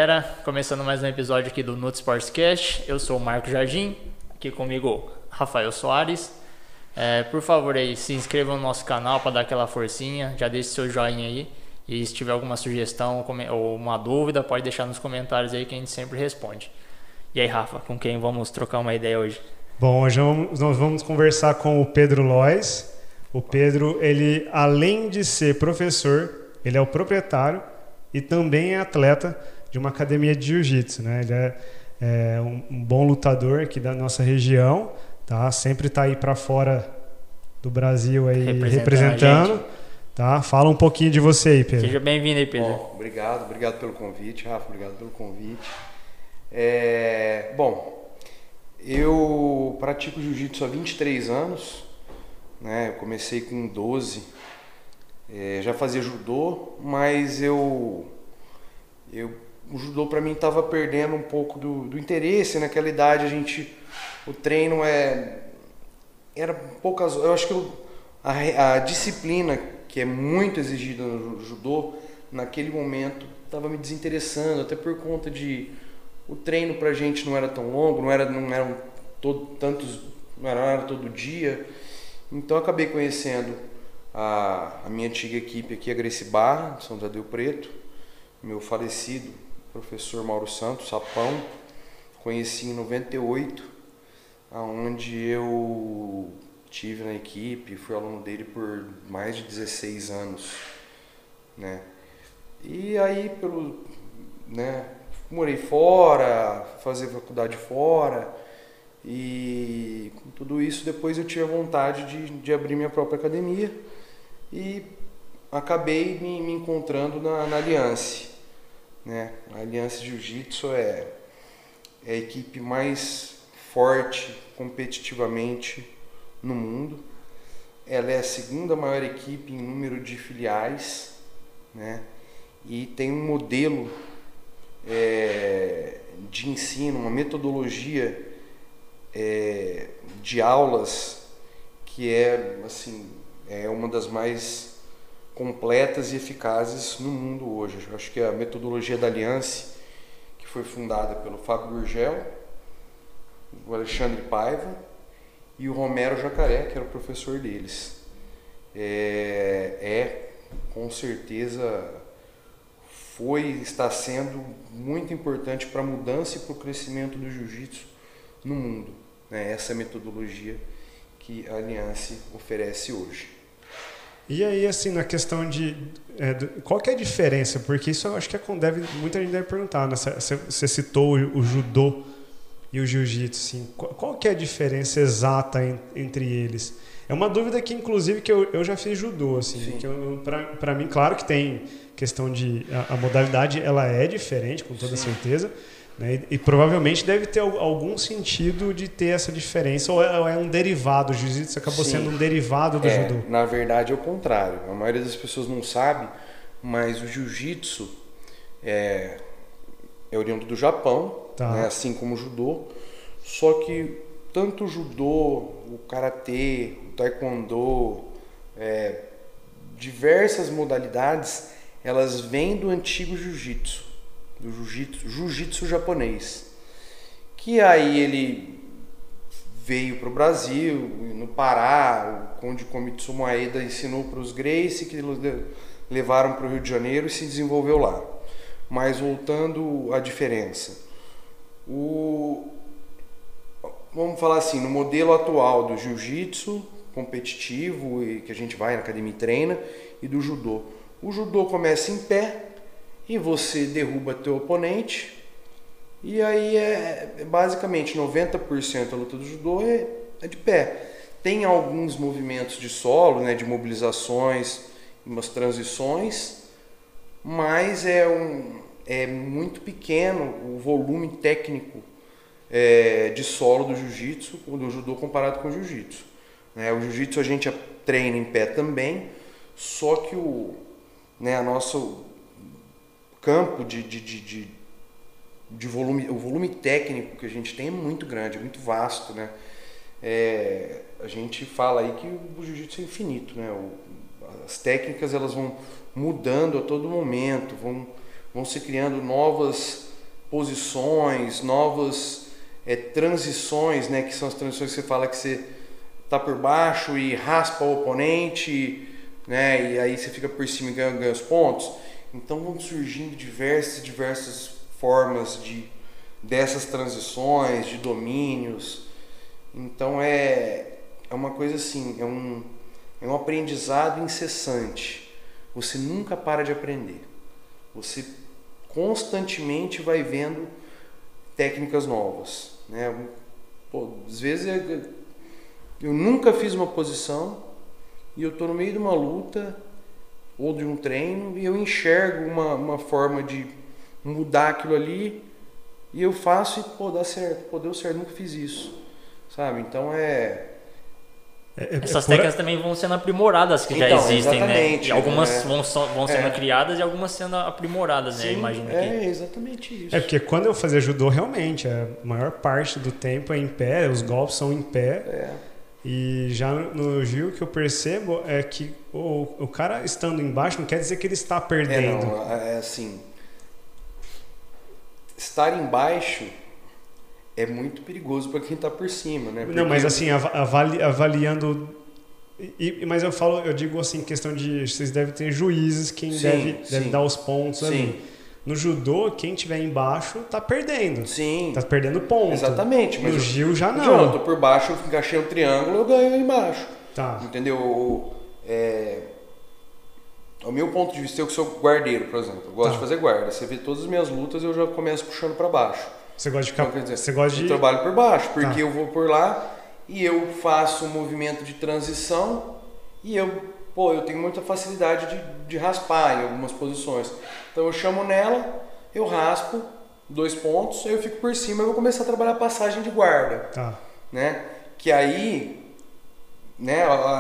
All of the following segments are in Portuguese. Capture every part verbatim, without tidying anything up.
galera, começando mais um episódio aqui do Nuto Sportscast. Eu sou o Marco Jardim, aqui comigo Rafael Soares. É, por favor aí, se inscreva no nosso canal para dar aquela forcinha, já deixe seu joinha aí. E se tiver alguma sugestão ou uma dúvida, pode deixar nos comentários aí que a gente sempre responde. E aí, Rafa, com quem vamos trocar uma ideia hoje? Bom, hoje nós vamos conversar com o Pedro Lois. O Pedro, ele além de ser professor, ele é o proprietário e também é atleta de uma academia de jiu-jitsu, né? Ele é, é um, um bom lutador aqui da nossa região, tá? Sempre está aí para fora do Brasil aí representando, representando tá? Fala um pouquinho de você aí, Pedro. Seja bem-vindo aí, Pedro. Bom, obrigado, obrigado pelo convite, Rafa, obrigado pelo convite. É, bom, eu pratico jiu-jitsu há vinte e três anos, né? Eu comecei com doze. É, já fazia judô, mas eu, eu o judô para mim estava perdendo um pouco do, do interesse. Naquela idade a gente, o treino é, era poucas, eu acho que eu, a, a disciplina que é muito exigida no judô, naquele momento estava me desinteressando, até por conta de o treino pra gente não era tão longo, não era não eram todo, tantos, não era, não era todo dia. Então eu acabei conhecendo A, a minha antiga equipe aqui, a Gracie Barra, de São José do Rio Preto, meu falecido professor Mauro Santos, Sapão, conheci em noventa e oito, onde eu tive na equipe, fui aluno dele por mais de dezesseis anos, né? E aí, pelo, né, morei fora, fazer faculdade fora, e com tudo isso depois eu tive a vontade de, de abrir minha própria academia. E acabei me, me encontrando na, na Aliança, né? A Aliança Jiu-Jitsu é, é a equipe mais forte competitivamente no mundo. Ela é a segunda maior equipe em número de filiais, né? E tem um modelo é, de ensino, uma metodologia é, de aulas que é assim, é uma das mais completas e eficazes no mundo hoje. Eu acho que é a metodologia da Aliança, que foi fundada pelo Fábio Gurgel, o Alexandre Paiva e o Romero Jacaré, que era o professor deles. É, é com certeza, foi está sendo muito importante para a mudança e para o crescimento do jiu-jitsu no mundo, né? Essa metodologia que a Aliança oferece hoje. E aí, assim, na questão de... É, qual que é a diferença? Porque isso eu acho que é, deve, muita gente deve perguntar, né? Você, você citou o, o judô e o jiu-jitsu, assim, qual, qual que é a diferença exata em, entre eles? É uma dúvida que, inclusive, que eu, eu já fiz judô, assim, que para mim, claro que tem questão de... A, a modalidade, ela é diferente, com toda Sim. certeza, né? E, e provavelmente deve ter algum sentido de ter essa diferença, ou é, ou é um derivado, o jiu-jitsu acabou Sim. sendo um derivado do é, judô. Na verdade é o contrário, a maioria das pessoas não sabe, mas o jiu-jitsu é, é oriundo do Japão, tá. né, assim como o judô, só que tanto o judô, o karatê, o taekwondo, é, diversas modalidades, elas vêm do antigo jiu-jitsu, do jiu-jitsu, jiu-jitsu japonês, que aí ele veio para o Brasil, no Pará, o Conde Komitsu Maeda ensinou para os Gracie, que levaram para o Rio de Janeiro e se desenvolveu lá. Mas voltando à diferença, o, vamos falar assim, no modelo atual do jiu-jitsu competitivo, e que a gente vai na academia e treina, e do judô. O judô começa em pé, e você derruba teu oponente, e aí é, é basicamente noventa por cento da luta do judô é, é de pé. Tem alguns movimentos de solo, né, de mobilizações, umas transições, mas é, um, é muito pequeno o volume técnico é, de solo do jiu-jitsu, do judô comparado com o jiu-jitsu. É, o jiu-jitsu a gente treina em pé também, só que o, né, a nosso campo de, de, de, de, de volume, o volume técnico que a gente tem é muito grande, é muito vasto, né? É, a gente fala aí que o jiu-jitsu é infinito, né? O, as técnicas elas vão mudando a todo momento, vão, vão se criando novas posições, novas é, transições, né, que são as transições que você fala que você tá por baixo e raspa o oponente, né, e aí você fica por cima e ganha, ganha os pontos. Então vão surgindo diversas diversas formas de dessas transições, de domínios. Então é é uma coisa assim, é um é um aprendizado incessante. Você nunca para de aprender. Você constantemente vai vendo técnicas novas, né? Pô, às vezes eu, eu nunca fiz uma posição e eu tô no meio de uma luta ou de um treino e eu enxergo uma, uma forma de mudar aquilo ali e eu faço e pô, dá certo, pô, deu certo, nunca fiz isso, sabe? Então é... É, é, Essas é técnicas pura... também vão sendo aprimoradas, que então, já existem, né? E algumas é, vão, vão sendo é. criadas e algumas sendo aprimoradas, Sim, né? Imagino é, que... exatamente isso. É porque quando eu fazia judô, realmente, a maior parte do tempo é em pé, os golpes são em pé. É. E já no Gil, o que eu percebo é que o, o cara estando embaixo não quer dizer que ele está perdendo. É, não, é assim... Estar embaixo... é muito perigoso para quem está por cima, né? Porque não, mas assim, avali, avaliando... E, mas eu falo, eu digo assim, questão de... Vocês devem ter juízes, quem sim, deve, sim. deve dar os pontos sim. ali. No judô, quem estiver embaixo tá perdendo. Sim. Tá perdendo ponto. Exatamente. Mas no eu, Gil já não. Não, eu tô por baixo, eu encaixei um triângulo, eu ganho embaixo. Tá. Entendeu? É... O meu ponto de vista, eu que sou guardeiro, por exemplo. Eu gosto tá. de fazer guarda. Você vê todas as minhas lutas, eu já começo puxando para baixo. Você gosta de ficar... Então, dizer, você gosta de... Eu trabalho por baixo, porque tá. eu vou por lá e eu faço um movimento de transição e eu, pô, eu tenho muita facilidade de, de raspar em algumas posições. Então eu chamo nela, eu raspo, dois pontos, aí eu fico por cima e vou começar a trabalhar a passagem de guarda. Tá. Né? Que aí, né,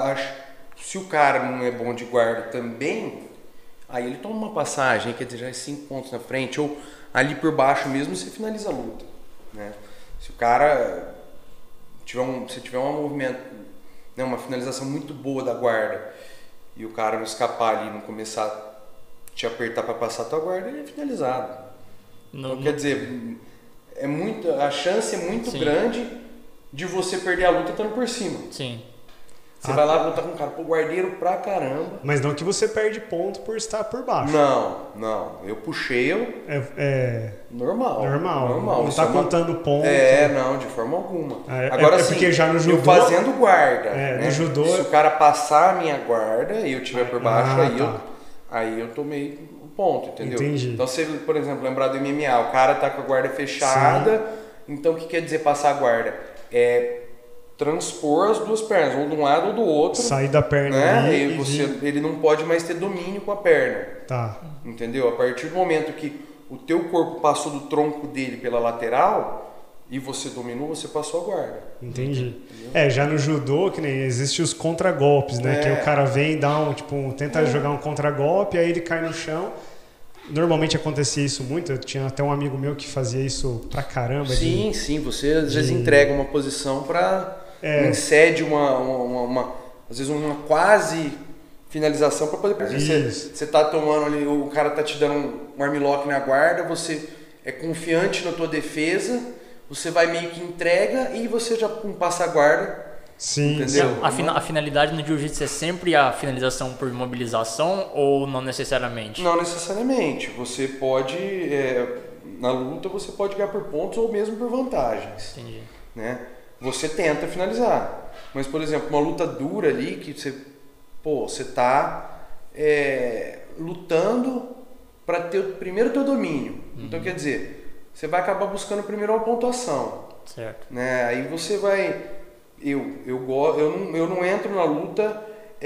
se o cara não é bom de guarda também, aí ele toma uma passagem, quer dizer, já é cinco pontos na frente, ou ali por baixo mesmo você finaliza a luta, né? Se o cara tiver um, se tiver um movimento, né, uma finalização muito boa da guarda e o cara não escapar ali, não começar a te apertar para passar a tua guarda, ele é finalizado. Não, então, não... quer dizer, é muito, a chance é muito Sim. grande de você perder a luta estando por cima. Sim. Você ah, vai lá lutar com um cara, pô, guardeiro pra caramba. Mas não que você perde ponto por estar por baixo. Não, não. Eu puxei, eu... É, é... Normal. Normal. Normal. Não tá contando uma... ponto. É, não, de forma alguma. É, Agora é sim, porque já no judô... eu fazendo guarda. É, né? no judô... Se o cara passar a minha guarda e eu estiver por baixo, ah, aí, tá. eu, aí eu tomei o ponto, entendeu? Entendi. Então, se, por exemplo, lembrar do M M A, o cara tá com a guarda fechada, sim. Então o que quer dizer passar a guarda? É... transpor as duas pernas, ou de um lado ou do outro. Sair da perna, né? e você, ele não pode mais ter domínio com a perna. Tá. Entendeu? A partir do momento que o teu corpo passou do tronco dele pela lateral e você dominou, você passou a guarda. Entendi. Entendeu? É, já no judô, que nem existe os contragolpes, né? É. Que o cara vem, dá um, tipo, tenta é. jogar um contragolpe, aí ele cai no chão. Normalmente acontecia isso muito, eu tinha até um amigo meu que fazia isso pra caramba. Sim, de, sim, você às de... vezes entrega uma posição pra... É. Incede uma, uma, uma, uma, às vezes uma quase finalização para poder perder. Você, você tá tomando ali, o cara tá te dando um armlock na guarda, você é confiante na tua defesa, você vai meio que entrega e você já pum, passa a guarda. Sim, entendeu? A, fina, a finalidade no jiu-jitsu é sempre a finalização por imobilização ou não necessariamente? Não necessariamente. Você pode, é, na luta, você pode ganhar por pontos ou mesmo por vantagens. Entendi. Né? Você tenta finalizar. Mas, por exemplo, uma luta dura ali, que você, pô, você tá é, lutando para ter primeiro o teu domínio. Uhum. Então, quer dizer, você vai acabar buscando primeiro a pontuação. Certo. Né? Aí você vai... Eu, eu, eu, eu, não, eu não entro na luta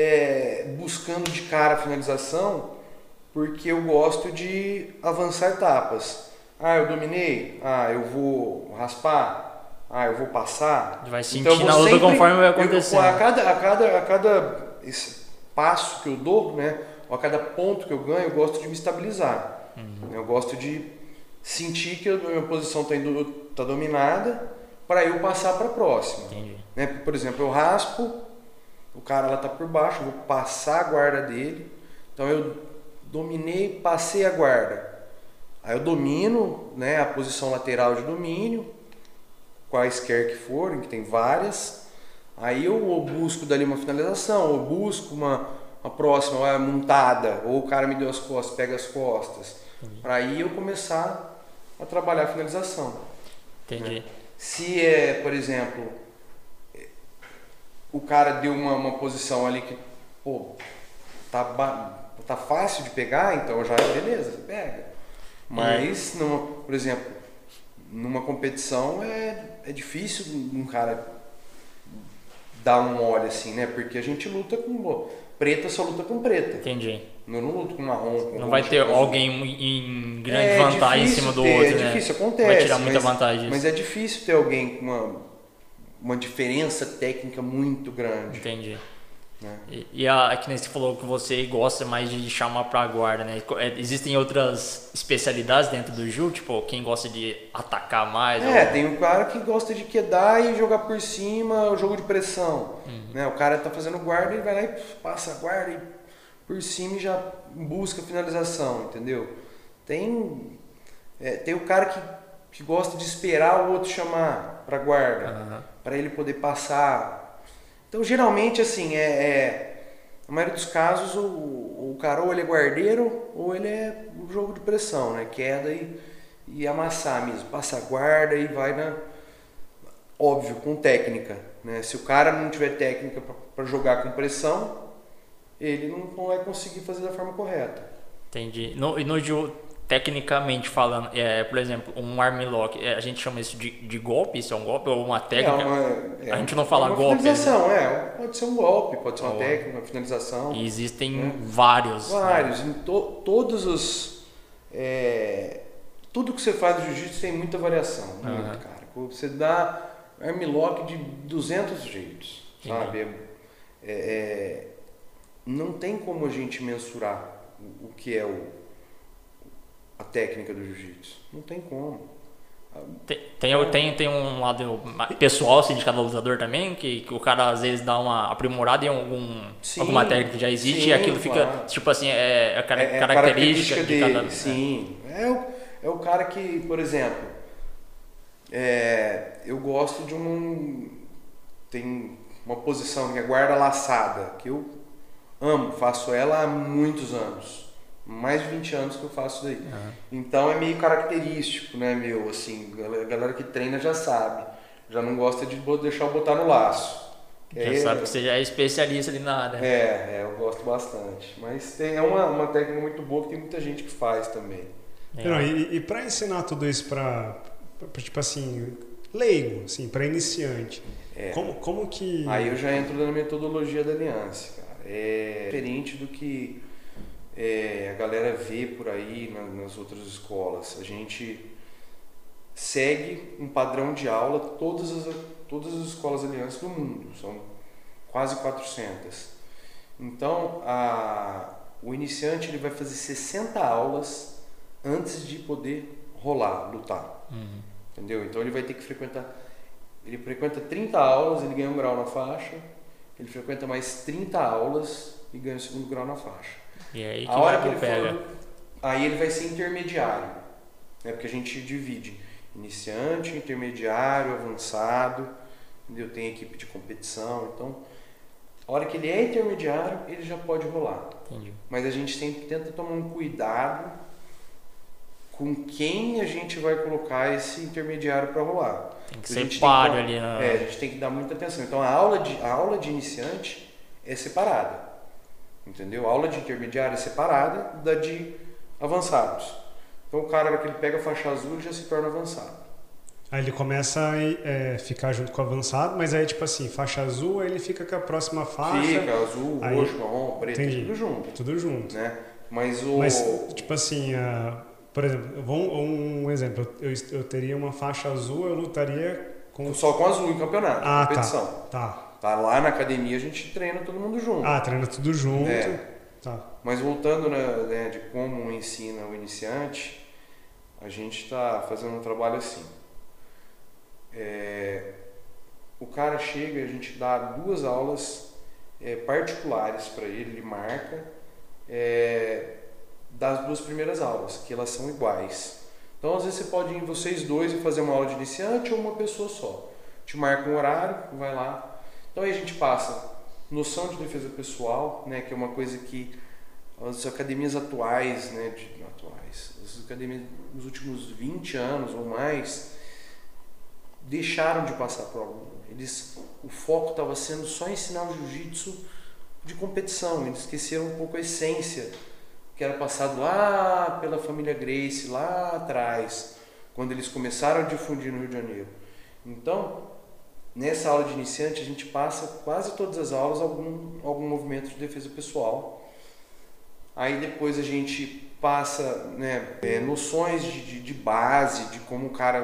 é, buscando de cara a finalização, porque eu gosto de avançar etapas. Ah, eu dominei? Ah, eu vou raspar? Ah, eu vou passar? Vai sentir então, na luta sempre, conforme vai acontecendo. Eu, a, cada, a, cada, a cada esse passo que eu dou, né, ou a cada ponto que eu ganho, eu gosto de me estabilizar. Uhum. Eu gosto de sentir que a minha posição está tá dominada para eu passar para a próxima. Entendi. Né? Por exemplo, eu raspo, o cara lá está por baixo, eu vou passar a guarda dele. Então eu dominei, passei a guarda. Aí eu domino, né, a posição lateral de domínio, quaisquer que forem, que tem várias. Aí eu busco dali uma finalização, ou busco uma, uma próxima, uma montada, ou o cara me deu as costas, pega as costas. Para aí eu começar a trabalhar a finalização. Entendi. Né? Se é, por exemplo, o cara deu uma, uma posição ali que, pô, tá, tá fácil de pegar, então já é beleza, você pega. Mas, numa, por exemplo, numa competição é, é difícil um cara dar um mole assim, né? Porque a gente luta com... Preta só luta com preta. Entendi. Eu não luto com marrom. Com não vai ter com alguém em grande é vantagem em cima do ter, outro, é né? É difícil, acontece. Vai tirar muita mas, vantagem. Mas é difícil ter alguém com uma, uma diferença técnica muito grande. Entendi. Né? E, e a, que nem você falou que você gosta mais de chamar pra guarda, né? Existem outras especialidades dentro do jiu, tipo, quem gosta de atacar mais? É, ou... tem um cara que gosta de quedar e jogar por cima, o jogo de pressão. Uhum. Né? O cara tá fazendo guarda e vai lá e passa a guarda e por cima e já busca finalização, entendeu? Tem, é, tem o cara que, que gosta de esperar o outro chamar pra guarda, uhum. para ele poder passar. Então, geralmente, assim, é, é, na maioria dos casos, o, o cara ou ele é guardeiro ou ele é um jogo de pressão, né? Queda e, e amassar mesmo. Passa a guarda e vai na... Óbvio, com técnica, né? Se o cara não tiver técnica para jogar com pressão, ele não, não vai conseguir fazer da forma correta. Entendi. No, e no jiu, tecnicamente falando, é, por exemplo, um armlock, é, a gente chama isso de, de golpe? Isso é um golpe ou uma técnica? É uma, é a gente não fala é uma golpe. Finalização, né? é. Pode ser um golpe, pode ser uma oh. técnica, uma finalização. E existem né? vários. Vários. Né? Em to, todos os... É, tudo que você faz no jiu-jitsu tem muita variação. Uhum. Muito, cara. Você dá armlock de duzentos jeitos, Sim. sabe? É, é, não tem como a gente mensurar o, o que é o a técnica do jiu-jitsu. Não tem como. Tem, tem, tem, tem um lado pessoal, assim, de cada lutador também, que, que o cara às vezes dá uma aprimorada em algum, sim, alguma técnica que já existe, sim, e aquilo fica, claro. tipo assim, é, é, car é, é característica, característica de cada... Sim, é. É, o, é o cara que, por exemplo, é, eu gosto de um... Tem uma posição que é guarda laçada, que eu amo, faço ela há muitos anos. Mais de vinte anos que eu faço daí. Uhum. Então é meio característico, né, meu? Assim, a galera que treina já sabe. Já não gosta de deixar eu botar no laço. Já é, sabe que você já é especialista ali na área. É, é, eu gosto bastante. Mas tem, é uma, uma técnica muito boa que tem muita gente que faz também. Não, e e para ensinar tudo isso para, tipo assim, leigo, assim, para iniciante, é. como, como que... Aí eu já entro na metodologia da Aliança, cara. É diferente do que... É, a galera vê por aí na, nas outras escolas. A gente segue um padrão de aula todas as, todas as escolas alianças do mundo, são quase quatrocentas. Então a, o iniciante ele vai fazer sessenta aulas antes de poder rolar, lutar. Uhum. Entendeu? Então ele vai ter que frequentar, ele frequenta trinta aulas, ele ganha um grau na faixa, ele frequenta mais trinta aulas e ganha o segundo grau na faixa. E aí que a hora que ele pega. For, aí ele vai ser intermediário, né? Porque a gente divide iniciante, intermediário, avançado, entendeu? Tem equipe de competição, então a hora que ele é intermediário ele já pode rolar. Entendi. Mas a gente sempre tenta tomar um cuidado com quem a gente vai colocar esse intermediário para rolar. Tem que ser páreo ali, né? É, a gente tem que dar muita atenção. Então a aula de, a aula de iniciante é separada. Entendeu? A aula de intermediário é separada da de avançados. Então o cara, que ele pega a faixa azul, ele já se torna avançado. Aí ele começa a é, ficar junto com o avançado, mas aí tipo assim, faixa azul, aí ele fica com a próxima faixa. Fica, azul, aí, roxo, marrom, preto, entendi. Tudo junto. Tudo junto. Né? Mas o... Mas, tipo assim, uh, por exemplo, vou, um exemplo, eu, eu teria uma faixa azul, eu lutaria com... Só com azul em campeonato, ah, competição. Tá, tá. Tá, lá na academia a gente treina todo mundo junto. Ah, treina tudo junto. É. Tá. Mas voltando, né, né, de como ensina o iniciante, a gente está fazendo um trabalho assim. É, o cara chega, a gente dá duas aulas é, particulares para ele, ele marca, é, das duas primeiras aulas, que elas são iguais. Então, às vezes, você pode ir vocês dois e fazer uma aula de iniciante ou uma pessoa só. Te marca um horário, vai lá. Então, aí a gente passa noção de defesa pessoal, né, que é uma coisa que as academias atuais, né, de, atuais, as academias nos últimos vinte anos ou mais, deixaram de passar para o aluno. Eles, o foco estava sendo só ensinar o jiu-jitsu de competição. Eles esqueceram um pouco a essência que era passado lá pela família Gracie, lá atrás, quando eles começaram a difundir no Rio de Janeiro. Então, nessa aula de iniciante, a gente passa quase todas as aulas algum, algum movimento de defesa pessoal. Aí depois a gente passa, né, é, noções de, de, de base, de como o cara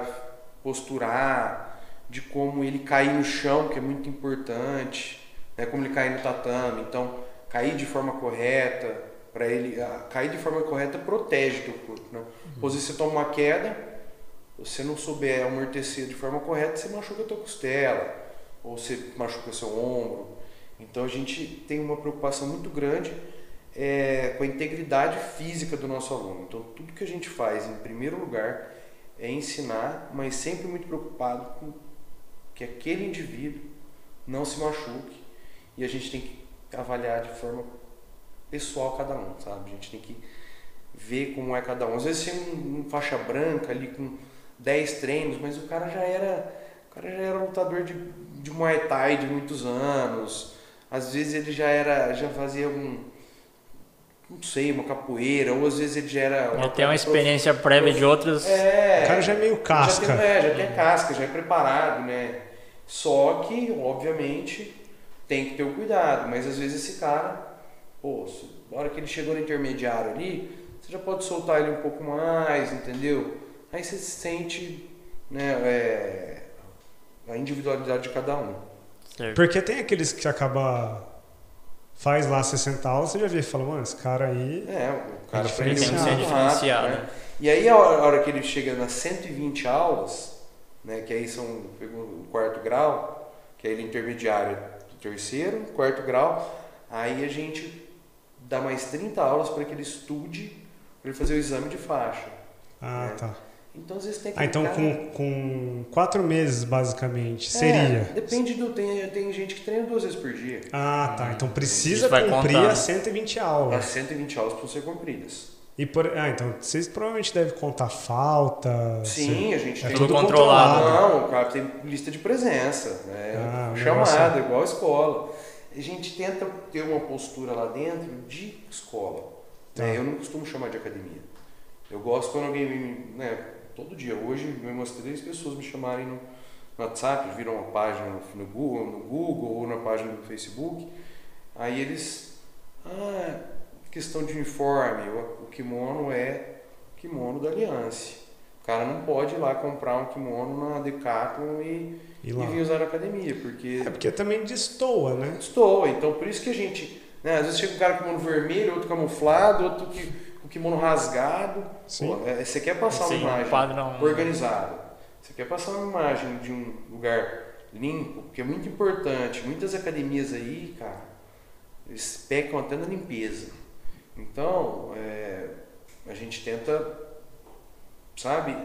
posturar, de como ele cair no chão, que é muito importante, né, como ele cair no tatame. Então, cair de forma correta, para ele a, cair de forma correta protege teu corpo, né? Uhum. Se você toma uma queda, se você não souber amortecer de forma correta, você machuca a tua costela, ou você machuca seu ombro. Então a gente tem uma preocupação muito grande é, com a integridade física do nosso aluno. Então tudo que a gente faz, em primeiro lugar, é ensinar, mas sempre muito preocupado com que aquele indivíduo não se machuque. E a gente tem que avaliar de forma pessoal cada um, sabe? A gente tem que ver como é cada um. Às vezes tem um, um faixa branca ali com dez treinos, mas o cara já era, o cara já era lutador de, de Muay Thai de muitos anos. Às vezes ele já era, já fazia um, não sei, uma capoeira, ou às vezes ele já era... Já tem uma experiência prof... prévia de outros... É, o cara já é meio casca. Já tem, é, já tem casca, já é preparado, né? Só que, obviamente, tem que ter o cuidado, mas às vezes esse cara... Pô, na hora que ele chegou no intermediário ali, você já pode soltar ele um pouco mais, entendeu? Aí você sente, né, é, a individualidade de cada um. Certo. Porque tem aqueles que acaba faz lá sessenta aulas, você já vê e fala, mano, esse cara aí é, o cara tem que ser diferenciado. Né? E aí a hora, a hora que ele chega nas cento e vinte aulas, né, que aí são pegou o quarto grau, que é ele intermediário do terceiro, quarto grau, aí a gente dá mais trinta aulas para que ele estude, para ele fazer o exame de faixa. Ah, né? tá. Então, às vezes tem que ah, então cara... com, com quatro meses, basicamente, é, seria? Depende do... Tem, tem gente que treina duas vezes por dia. Ah, tá. Então precisa cumprir contar. as cento e vinte aulas. As cento e vinte aulas precisam ser cumpridas. E por... Ah, então vocês provavelmente devem contar falta. Sim, a gente é tem tudo controlado. controlado. Não, o cara tem lista de presença, né? Ah, chamada, igual a escola. A gente tenta ter uma postura lá dentro de escola. Tá. Né? Eu não costumo chamar de academia. Eu gosto quando alguém me... Né, todo dia, hoje, umas três pessoas me chamarem no, no WhatsApp, viram uma página no Google, no Google ou na página do Facebook. Aí eles... Ah, questão de uniforme. O, o kimono é o kimono da Aliança. O cara não pode ir lá comprar um kimono na Decathlon e, e, e vir usar na academia, porque... É porque também destoa, né? Destoa, então por isso que a gente... Né, às vezes chega um cara com kimono vermelho, outro camuflado, outro que, com kimono rasgado. Pô, é, você quer passar Sim, uma imagem padrão, organizada. Você quer passar uma imagem de um lugar limpo, que é muito importante. Muitas academias aí, cara, eles pecam até na limpeza. Então, é, a gente tenta... Sabe?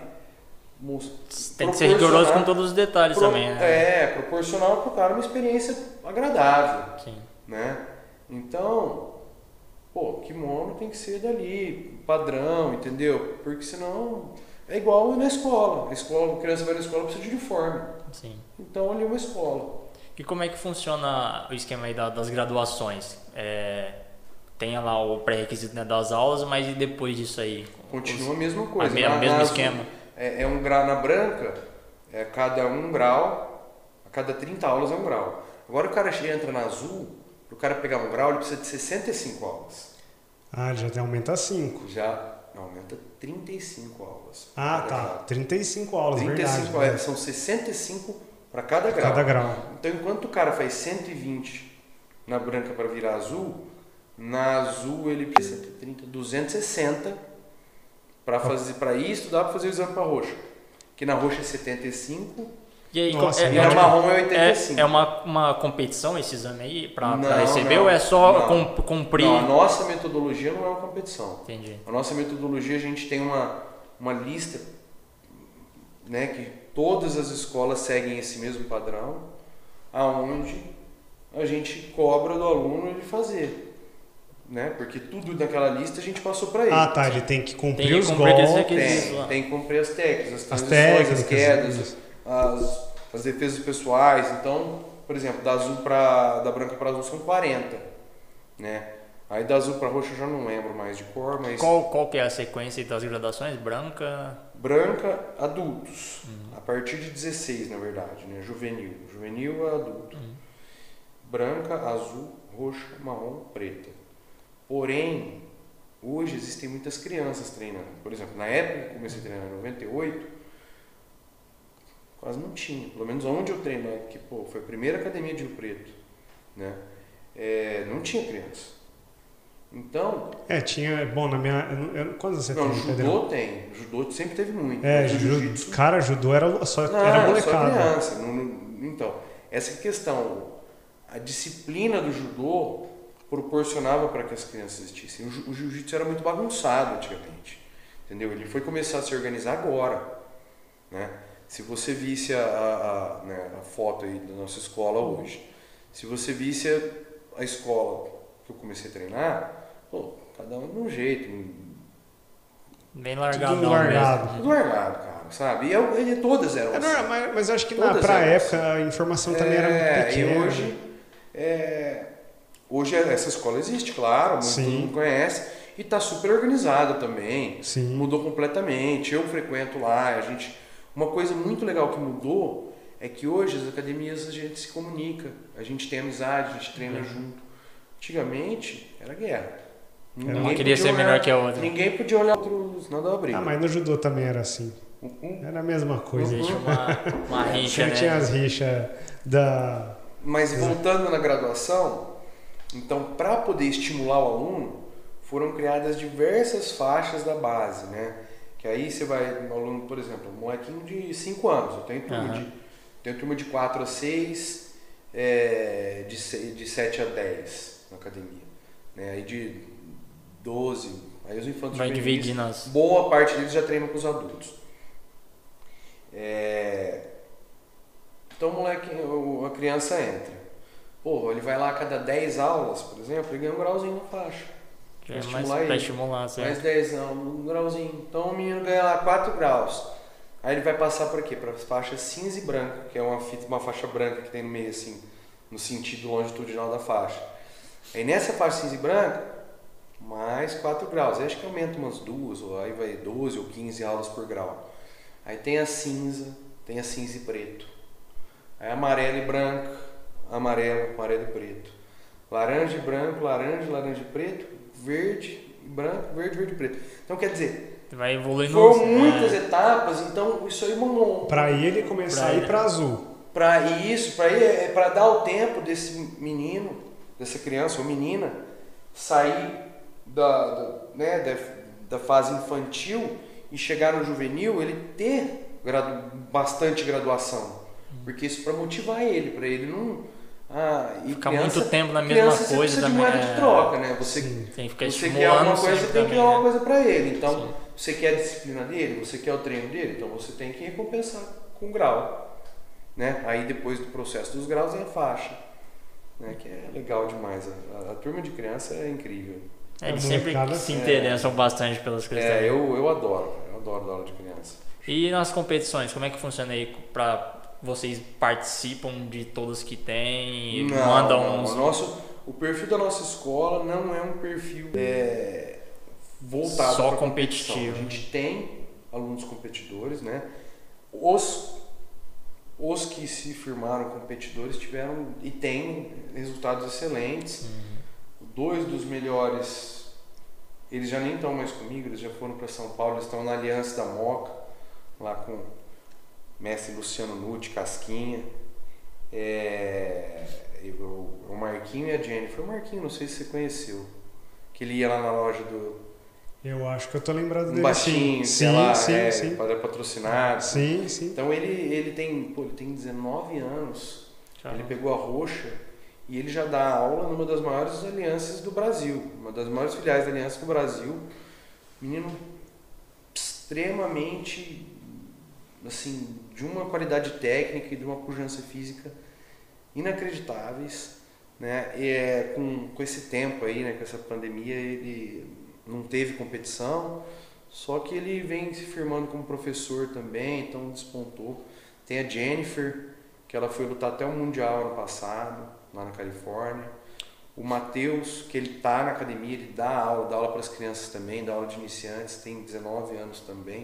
Tem que ser rigoroso com todos os detalhes pro, também, né? É, proporcionar para o cara uma experiência agradável. Sim. Né? Então, pô, kimono tem que ser dali, padrão, entendeu? Porque senão é igual na escola. A escola, a criança vai na escola precisa de uniforme. Sim. Então ali é uma escola. E como é que funciona o esquema aí das graduações? É... Tem lá o pré-requisito, né, das aulas, mas e depois disso aí? Continua Os... a mesma coisa. O mesmo na, esquema. É, é um grau na branca, é cada um grau, a cada trinta aulas é um grau. Agora o cara entra na azul, para o cara pegar um grau, ele precisa de sessenta e cinco aulas. Ah, já tem, aumenta cinco. Já aumenta trinta e cinco aulas. Ah, tá. Grau. trinta e cinco aulas, trinta e cinco, verdade. É, são sessenta e cinco para cada grau. Cada grau. Então, enquanto o cara faz cento e vinte na branca para virar azul, na azul ele precisa de trinta, duzentos e sessenta para fazer para ir estudar para fazer o exame para roxa. Que na roxa é setenta e cinco E aí, Nossa, é, E é, a marrom é é, oitenta e cinco. é uma, uma competição esse exame aí pra, Não, pra receber não, ou é só não. cum- cumprir? Não, a nossa metodologia não é uma competição. Entendi. A nossa metodologia, a gente tem uma, uma lista, né, que todas as escolas seguem esse mesmo padrão, aonde a gente cobra do aluno ele fazer, né? Porque tudo naquela lista a gente passou para ele. Ah, tá. Ele tem que cumprir Tem que os cumprir aqueles golpes. requisitos. Tem, tem que cumprir as técnicas, as As transições, técnicas, as quedas, isso. as, as defesas pessoais. Então, por exemplo, da azul para da branca para azul são quarenta, né? Aí da azul para roxa eu já não lembro mais de cor, mas Qual, qual que é a sequência das gradações? Branca... branca, adultos, uhum. A partir de dezesseis, na verdade, né? Juvenil. Juvenil é adulto. Uhum. Branca, azul, roxa, marrom, preta. Porém, hoje existem muitas crianças treinando. Por exemplo, na época que eu comecei a treinar em noventa e oito, quase não tinha. Pelo menos onde eu treinei, que pô, foi a primeira academia de Rio Preto, né? É, não tinha criança. Então... É, tinha... Bom, na minha... Eu, eu, quantos você não, tem? judô Pedro? tem. Judô sempre teve muito. É, judô, cara, judô era só, não, era molecada. Só criança. Não, não, então, essa questão, a disciplina do judô proporcionava para que as crianças existissem. O, o jiu-jitsu era muito bagunçado antigamente, entendeu? Ele foi começar a se organizar agora, né? Se você visse a, a, a, né, a foto aí da nossa escola hoje, se você visse a, a escola que eu comecei a treinar, pô, cada um de um jeito. Bem largado. Tudo largado. Tudo largado, cara, sabe? E, eu, e todas eram É, assim. não, mas, mas eu acho que Todas na, pra eram época assim. a informação também é, era muito pequena. E hoje, é, hoje essa escola existe, claro, muito, todo mundo conhece. E está super organizada também. Sim. Mudou completamente. Eu frequento lá. A gente, uma coisa muito legal que mudou é que hoje as academias a gente se comunica. A gente tem amizade, a gente treina uhum. junto. Antigamente era guerra. Ninguém Uma queria ser olhar, melhor que a outra. Ninguém podia olhar outros, não dava briga. Ah, mas no judô também era assim. Uhum. Era a mesma coisa. Existe uma, uma rixa, né? Tinha as rixas da... Mas voltando na graduação, então para poder estimular o aluno, foram criadas diversas faixas da base, né? Que aí você vai, um aluno, por exemplo, um molequinho de cinco anos, eu tenho turma, uhum. de, tenho turma de quatro a seis, é, de, de sete a dez na academia. Né? Aí de doze, aí os infantes vai dividir nas... boa parte deles já treinam com os adultos. É, então o moleque, a criança entra. Pô, ele vai lá a cada dez aulas, por exemplo, ele ganha um grauzinho na faixa. Pra estimular, mais, estimular certo. Mais dez, não, um grauzinho. Então o menino ganha lá quatro graus. Aí ele vai passar para quê? Para as faixas cinza e branca, que é uma, fita, uma faixa branca que tem no meio assim, no sentido longitudinal da faixa. Aí nessa faixa cinza e branca, mais quatro graus. Aí acho que aumenta umas duas, ou aí vai doze ou quinze aulas por grau. Aí tem a cinza, tem a cinza e preto. Aí amarelo e branco, amarelo, amarelo e preto. Laranja e branco, laranja, laranja e preto. Verde e branco, verde, verde e preto. Então quer dizer, vai evoluindo. Foram muitas é. etapas, então isso aí mandou. Para ele começar pra a ir para azul. Para isso, para é para dar o tempo desse menino, dessa criança ou menina sair da, da, né, da, da fase infantil e chegar no juvenil, ele ter gradu, bastante graduação, porque isso para motivar ele, para ele não Ah, e ficar criança, muito tempo na mesma criança, coisa você também. Moeda de troca, né? Você, tem que ficar você quer alguma coisa, você tem que dar uma né? coisa para ele. Então, Sim. você quer a disciplina dele, você quer o treino dele, então você tem que recompensar com grau, né? Aí depois do processo dos graus é a faixa, né? Que é legal demais. A, a, a turma de criança é incrível. É, eles sempre se interessam é, bastante pelas questões. É, eu, eu adoro, eu adoro dar aula de criança. E nas competições, como é que funciona aí para vocês participam de todas que tem, não, mandam não. uns... O, nosso, o perfil da nossa escola não é um perfil é, voltado só para competitivo. Competição. A gente tem alunos competidores, né? Os, os que se firmaram competidores tiveram e têm resultados excelentes. Uhum. Dois dos melhores, eles já nem estão mais comigo, eles já foram para São Paulo, eles estão na Aliança da Moca, lá com mestre Luciano Nutti, Casquinha, é, o Marquinho e a Jennifer. O Marquinho, não sei se você conheceu, que ele ia lá na loja do, Eu acho que eu tô lembrado dele. Um baixinho, sim, ela sim, é sim. patrocinado. Sim, sim. Então ele, ele, tem, pô, ele tem dezenove anos, Caramba. Ele pegou a roxa e ele já dá aula numa das maiores alianças do Brasil, uma das maiores filiais da aliança do Brasil. Menino extremamente, assim, de uma qualidade técnica e de uma pujança física inacreditáveis, né? E é, com, com esse tempo aí, né, com essa pandemia, ele não teve competição, só que ele vem se firmando como professor também, então despontou. Tem a Jennifer, que ela foi lutar até o Mundial ano passado, lá na Califórnia. O Matheus, que ele tá na academia, ele dá aula, dá aula para as crianças também, dá aula de iniciantes, tem dezenove anos também.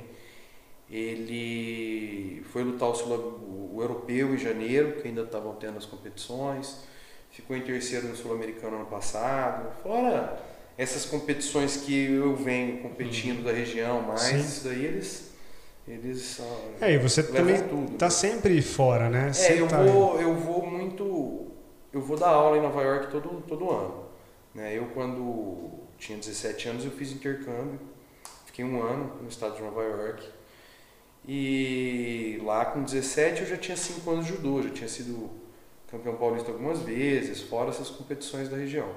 Ele foi lutar o, Sul, o europeu em janeiro, que ainda estavam tendo as competições, ficou em terceiro no sul-americano ano passado. Fora essas competições que eu venho competindo uhum. da região, mas Sim. isso daí eles, eles é, e você também tudo, tá né? sempre fora, né? É, eu, tá vou, eu vou muito, eu vou dar aula em Nova York todo, todo ano. Né? Eu quando tinha dezessete anos eu fiz intercâmbio, fiquei um ano no estado de Nova York. E lá com dezessete eu já tinha cinco anos de judô, já tinha sido campeão paulista algumas vezes, fora essas competições da região.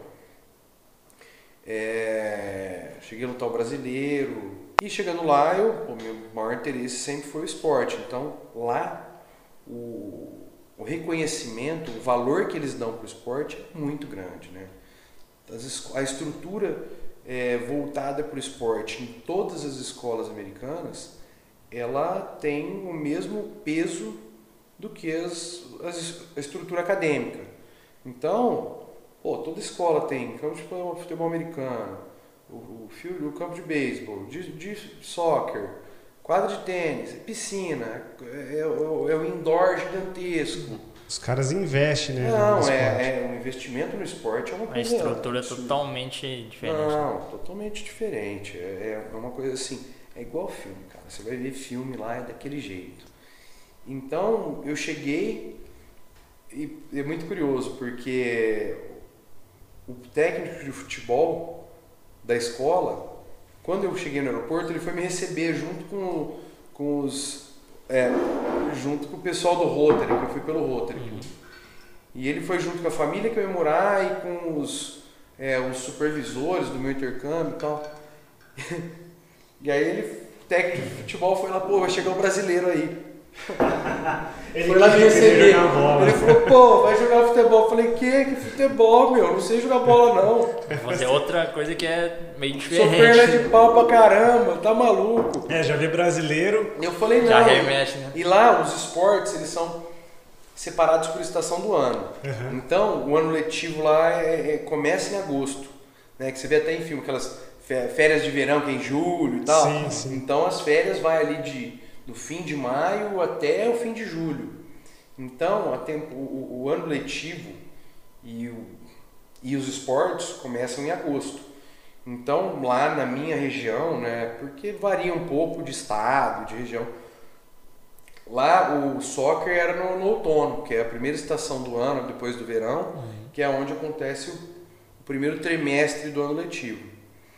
É, cheguei a lutar o brasileiro e chegando lá, eu, o meu maior interesse sempre foi o esporte. Então lá o, o reconhecimento, o valor que eles dão para o esporte é muito grande, né? A estrutura é, voltada para o esporte em todas as escolas americanas, ela tem o mesmo peso do que as, as, a estrutura acadêmica. Então, pô, toda escola tem campo de futebol americano, o, o, o campo de beisebol, de, de soccer, quadra de tênis, piscina, é, é, é o indoor gigantesco. Os caras investem, né? Não, é, é um investimento no esporte, é uma coisa... A estrutura é totalmente diferente. Não, totalmente diferente. É, é uma coisa assim... É igual filme, cara. Você vai ver filme lá, é daquele jeito. Então, eu cheguei e é muito curioso, porque o técnico de futebol da escola, quando eu cheguei no aeroporto, ele foi me receber junto com, com os... É, junto com o pessoal do Rotary, que eu fui pelo Rotary. Uhum. E ele foi junto com a família que eu ia morar e com os, é, os supervisores do meu intercâmbio e tal. E aí ele, o técnico de futebol, foi lá, pô, vai chegar um brasileiro aí. Ele foi lá me receber. Ele falou, pô, vai jogar futebol. Eu falei, que? Que futebol, meu? Não sei jogar bola, não. Fazer outra coisa que é meio diferente. Sou perna de pau pra caramba, tá maluco. É, já vi brasileiro. Eu falei, não. Já remexe, né? E lá, os esportes, eles são separados por estação do ano. Uhum. Então, o ano letivo lá é, é, começa em agosto. Né? Que você vê até em filme, aquelas... férias de verão que é em julho e tal. Sim, sim. Então as férias vai ali de, do fim de maio até o fim de julho. Então a tempo, o, o ano letivo e, o, e os esportes começam em agosto. Então lá na minha região, né, porque varia um pouco de estado, de região, lá o soccer era no, no outono, que é a primeira estação do ano, depois do verão, uhum. que é onde acontece o, o primeiro trimestre do ano letivo.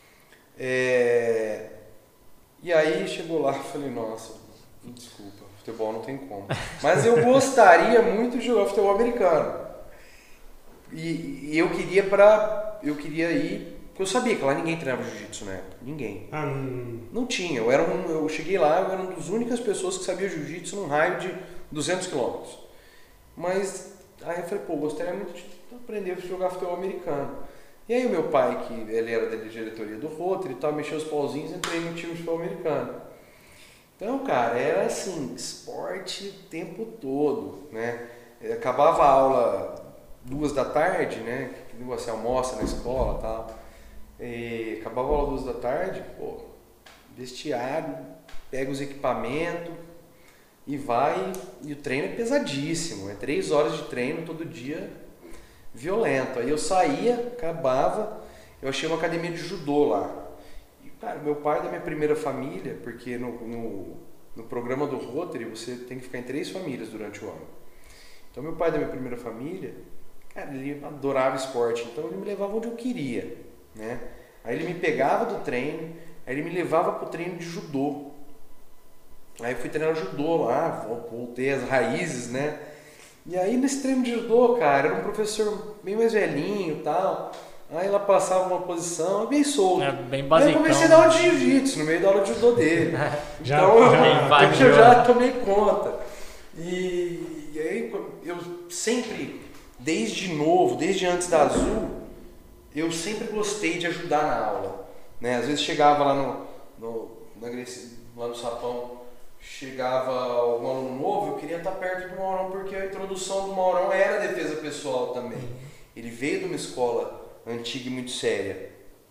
É... E aí chegou lá e falei, nossa, desculpa, futebol não tem como. Mas eu gostaria muito de jogar futebol americano. E, e eu queria para eu queria ir, porque eu sabia que lá ninguém treinava jiu-jitsu na época, ninguém. Ah, não... não tinha, eu, era um, eu cheguei lá, eu era uma das únicas pessoas que sabia jiu-jitsu num raio de duzentos quilômetros. Mas aí eu falei, pô, gostaria muito de aprender a jogar futebol americano. E aí o meu pai, que ele era da diretoria do Rotary e tal, mexeu os pauzinhos e entrei no time de futebol americano. Então, cara, era assim, esporte o tempo todo, né? Acabava a aula duas da tarde, né? Que você almoça na escola e tal. E acabava a aula duas da tarde, pô, vestiário, pega os equipamentos e vai. E o treino é pesadíssimo, é três horas de treino todo dia. Violento. Aí eu saía, acabava, eu achei uma academia de judô lá. E, cara, meu pai da minha primeira família, porque no, no, no programa do Rotary você tem que ficar em três famílias durante o ano. Então meu pai da minha primeira família, cara, ele adorava esporte, então ele me levava onde eu queria, né? Aí ele me pegava do treino, aí Aí ele me levava pro treino de judô. Aí eu fui treinar judô lá, voltei às raízes, né? E aí nesse treino de judô, cara, era um professor bem mais velhinho e tal. Aí ela passava uma posição bem solta. É, bem basicão. Aí eu comecei a dar aula de jiu-jitsu no meio da aula de judô dele. já, então eu já, já, eu já tomei conta. E, e aí eu sempre, desde novo, desde antes da Azul, eu sempre gostei de ajudar na aula. Né? Às vezes chegava lá no, no, na Grécia, lá no Sapão, chegava algum aluno novo, eu queria estar perto do Maurão, porque a introdução do Maurão era defesa pessoal também. Ele veio de uma escola antiga e muito séria.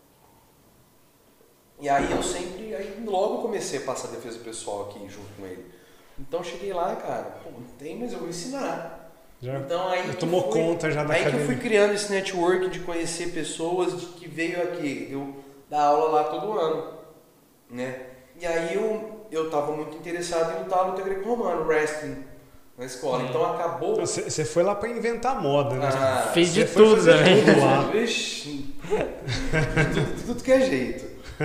E aí eu sempre, aí logo comecei a passar defesa pessoal aqui junto com ele. Então cheguei lá, cara, pô, não tem, mas eu vou ensinar. Já, então aí tomou fui, conta já da aí academia. que eu fui criando esse network de conhecer pessoas de que veio aqui, eu dar aula lá todo ano, né? E aí eu eu estava muito interessado em lutar luta greco-romana, wrestling, na escola. Hum. Então acabou... Você então, foi lá para inventar moda, né? Ah, Fez de tudo também. Tudo lá. Vixe, tudo, tudo que é jeito.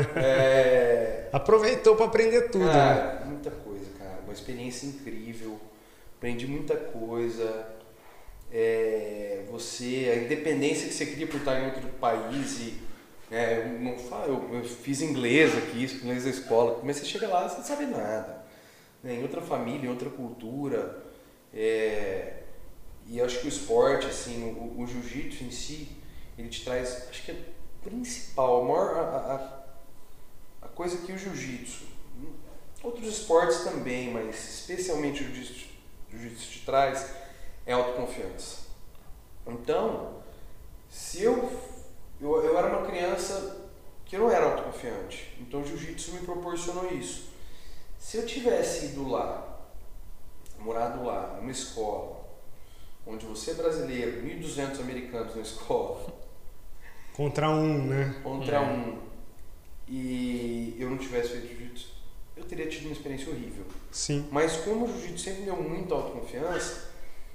É... Aproveitou para aprender tudo. Cara, né? muita coisa, cara. Uma experiência incrível. Aprendi muita coisa. É... Você, a independência que você cria por estar em outro país e... É, eu, não falo, eu, eu fiz inglês aqui, inglês da escola, mas você chega lá, você não sabe nada. Né? Em outra família, em outra cultura. É, e eu acho que o esporte, assim, o, o jiu-jitsu em si, ele te traz, acho que é principal, a maior, a, a, a coisa que o jiu-jitsu, outros esportes também, mas especialmente o jiu-jitsu, jiu-jitsu te traz, é autoconfiança. Então, se eu Eu, eu era uma criança que eu não era autoconfiante, então o jiu-jitsu me proporcionou isso. Se eu tivesse ido lá, morado lá, numa escola, onde você é brasileiro, mil e duzentos americanos na escola... Contra um, né? Contra um. E eu não tivesse feito jiu-jitsu, eu teria tido uma experiência horrível. Sim. Mas como o jiu-jitsu sempre me deu muita autoconfiança,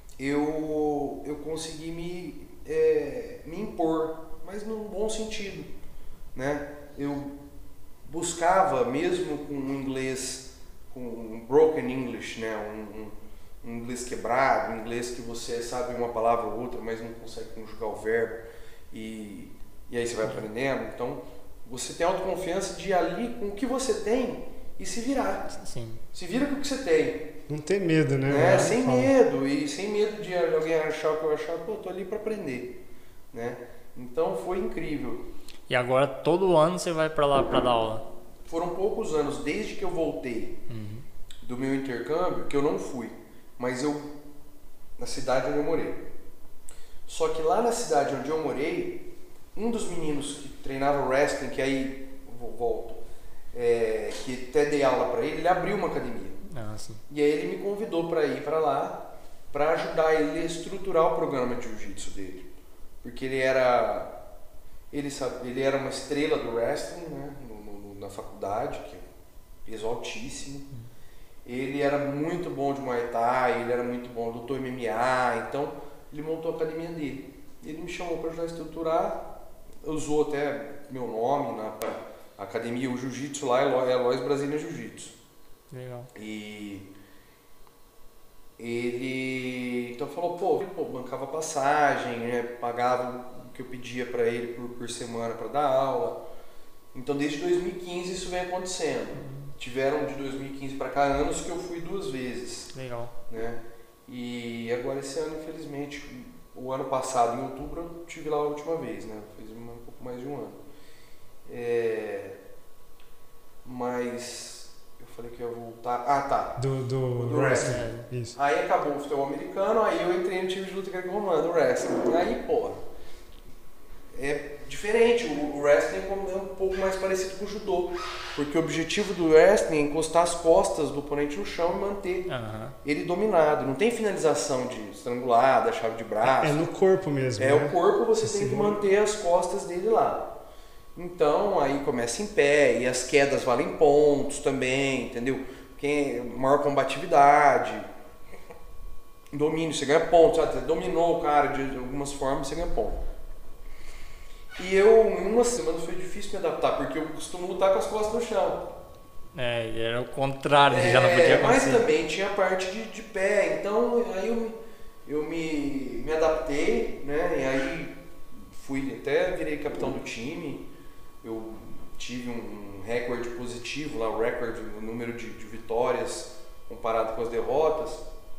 eu, eu consegui me, é, me impor, mas num bom sentido, né? Eu buscava, mesmo com um inglês, com um broken English, né? Um, um, um inglês quebrado, um inglês que você sabe uma palavra ou outra, mas não consegue conjugar o verbo, e, e aí você vai aprendendo. Então, você tem autoconfiança de ir ali com o que você tem e se virar. Sim. Se vira com o que você tem. Não ter medo, né? né? Sem medo, e sem medo de alguém achar o que eu achar, pô, eu tô ali para aprender, né? Então foi incrível. E agora todo ano você vai para lá para dar aula? Foram poucos anos desde que eu voltei uhum. do meu intercâmbio que eu não fui, mas eu na cidade onde eu morei. Só que lá na cidade onde eu morei, um dos meninos que treinava wrestling, que aí volto, é, que até dei aula para ele, ele abriu uma academia. Ah, sim. E aí ele me convidou para ir para lá para ajudar ele a estruturar o programa de jiu-jitsu dele. Porque ele era, ele, sabe, ele era uma estrela do wrestling, né, no, no, na faculdade, que é peso altíssimo. Ele era muito bom de Muay Thai, ele era muito bom, lutou M M A, então ele montou a academia dele. Ele me chamou para ajudar a estruturar, usou até meu nome na academia, o jiu-jitsu lá é Lois Brasília Jiu-Jitsu. Legal. E ele então falou, pô, pô bancava passagem, né, pagava o que eu pedia para ele por, por semana para dar aula. Então desde dois mil e quinze isso vem acontecendo. Uhum. Tiveram de dois mil e quinze para cá anos que eu fui duas vezes. Legal. Né? E agora esse ano, infelizmente, o ano passado, em outubro, eu estive lá a última vez, né? Fez um pouco mais de um ano. É... Mas falei que ia voltar. Ah, tá. Do, do, do wrestling. wrestling. Isso. Aí acabou o futebol americano, aí eu entrei no time de luta greco-romana, do wrestling. Aí, pô, é diferente. O wrestling é um pouco mais parecido com o judô. Porque o objetivo do wrestling é encostar as costas do oponente no chão e manter uhum. ele dominado. Não tem finalização de estrangulada, chave de braço. É no corpo mesmo. É né? o corpo, você Esse tem que é... manter as costas dele lá. Então, aí começa em pé, e as quedas valem pontos também, entendeu? Quem maior combatividade, domínio, você ganha pontos, sabe? Você dominou o cara de algumas formas, você ganha ponto. E eu, em uma semana, foi difícil me adaptar, porque eu costumo lutar com as costas no chão. É, era o contrário, é, já não podia acontecer. Mas também tinha a parte de, de pé, então aí eu, eu me, me adaptei, né? E aí fui, até virei capitão do time, eu tive um, um recorde positivo lá, o recorde, o número de, de vitórias comparado com as derrotas.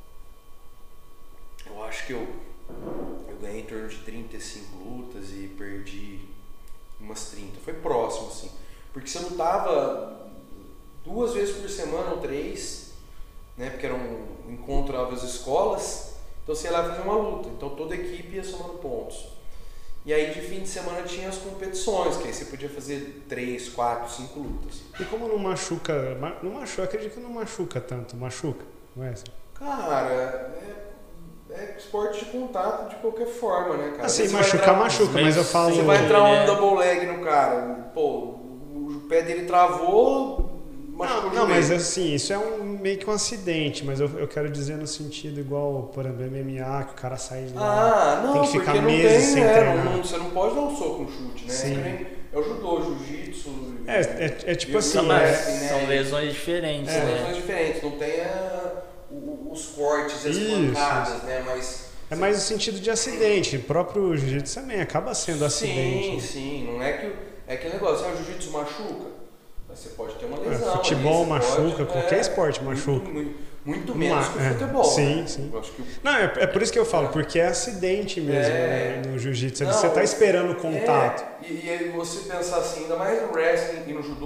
Eu acho que eu, eu ganhei em torno de trinta e cinco lutas e perdi umas trinta. Foi próximo, assim. Porque você lutava duas vezes por semana ou três, né? Porque era um encontro às escolas, então você ia lá fazer uma luta. Então toda a equipe ia somando pontos. E aí de fim de semana tinha as competições, que aí você podia fazer três, quatro, cinco lutas. E como não machuca, não machuca, acredito que não machuca tanto, machuca, não é? Cara, é, é esporte de contato de qualquer forma, né, cara? Assim, machucar, entrar, machuca, mas eu falo... Você vai entrar um double leg no cara, pô, o pé dele travou... Não, não, mas assim, isso é um, meio que um acidente, mas eu, eu quero dizer no sentido igual, por exemplo, M M A, que o cara sai de lá, ah, não, tem que ficar não meses tem, sem é, treinar. Não, você não pode dar um soco, um chute, né? Sim. É o judô, jiu-jitsu... É, é, é tipo assim... São, é, né? São lesões diferentes, é, né? São lesões diferentes, não tem a, os cortes, as pancadas, né? Mas... É mais o sentido de acidente, o próprio jiu-jitsu também acaba sendo acidente. Sim, sim, não é que... É aquele negócio, ah, o jiu-jitsu machuca. Você pode ter uma lesão. É, futebol ali, machuca, pode, qualquer é, esporte machuca. Muito, muito, muito menos que o é, futebol. Sim, né? sim. Eu acho que o... Não, é, é por isso que eu falo, é. porque é acidente mesmo é. né, no jiu-jitsu. Não, Você está esperando o contato. É. E, e aí você pensar assim, ainda mais no wrestling e no judô,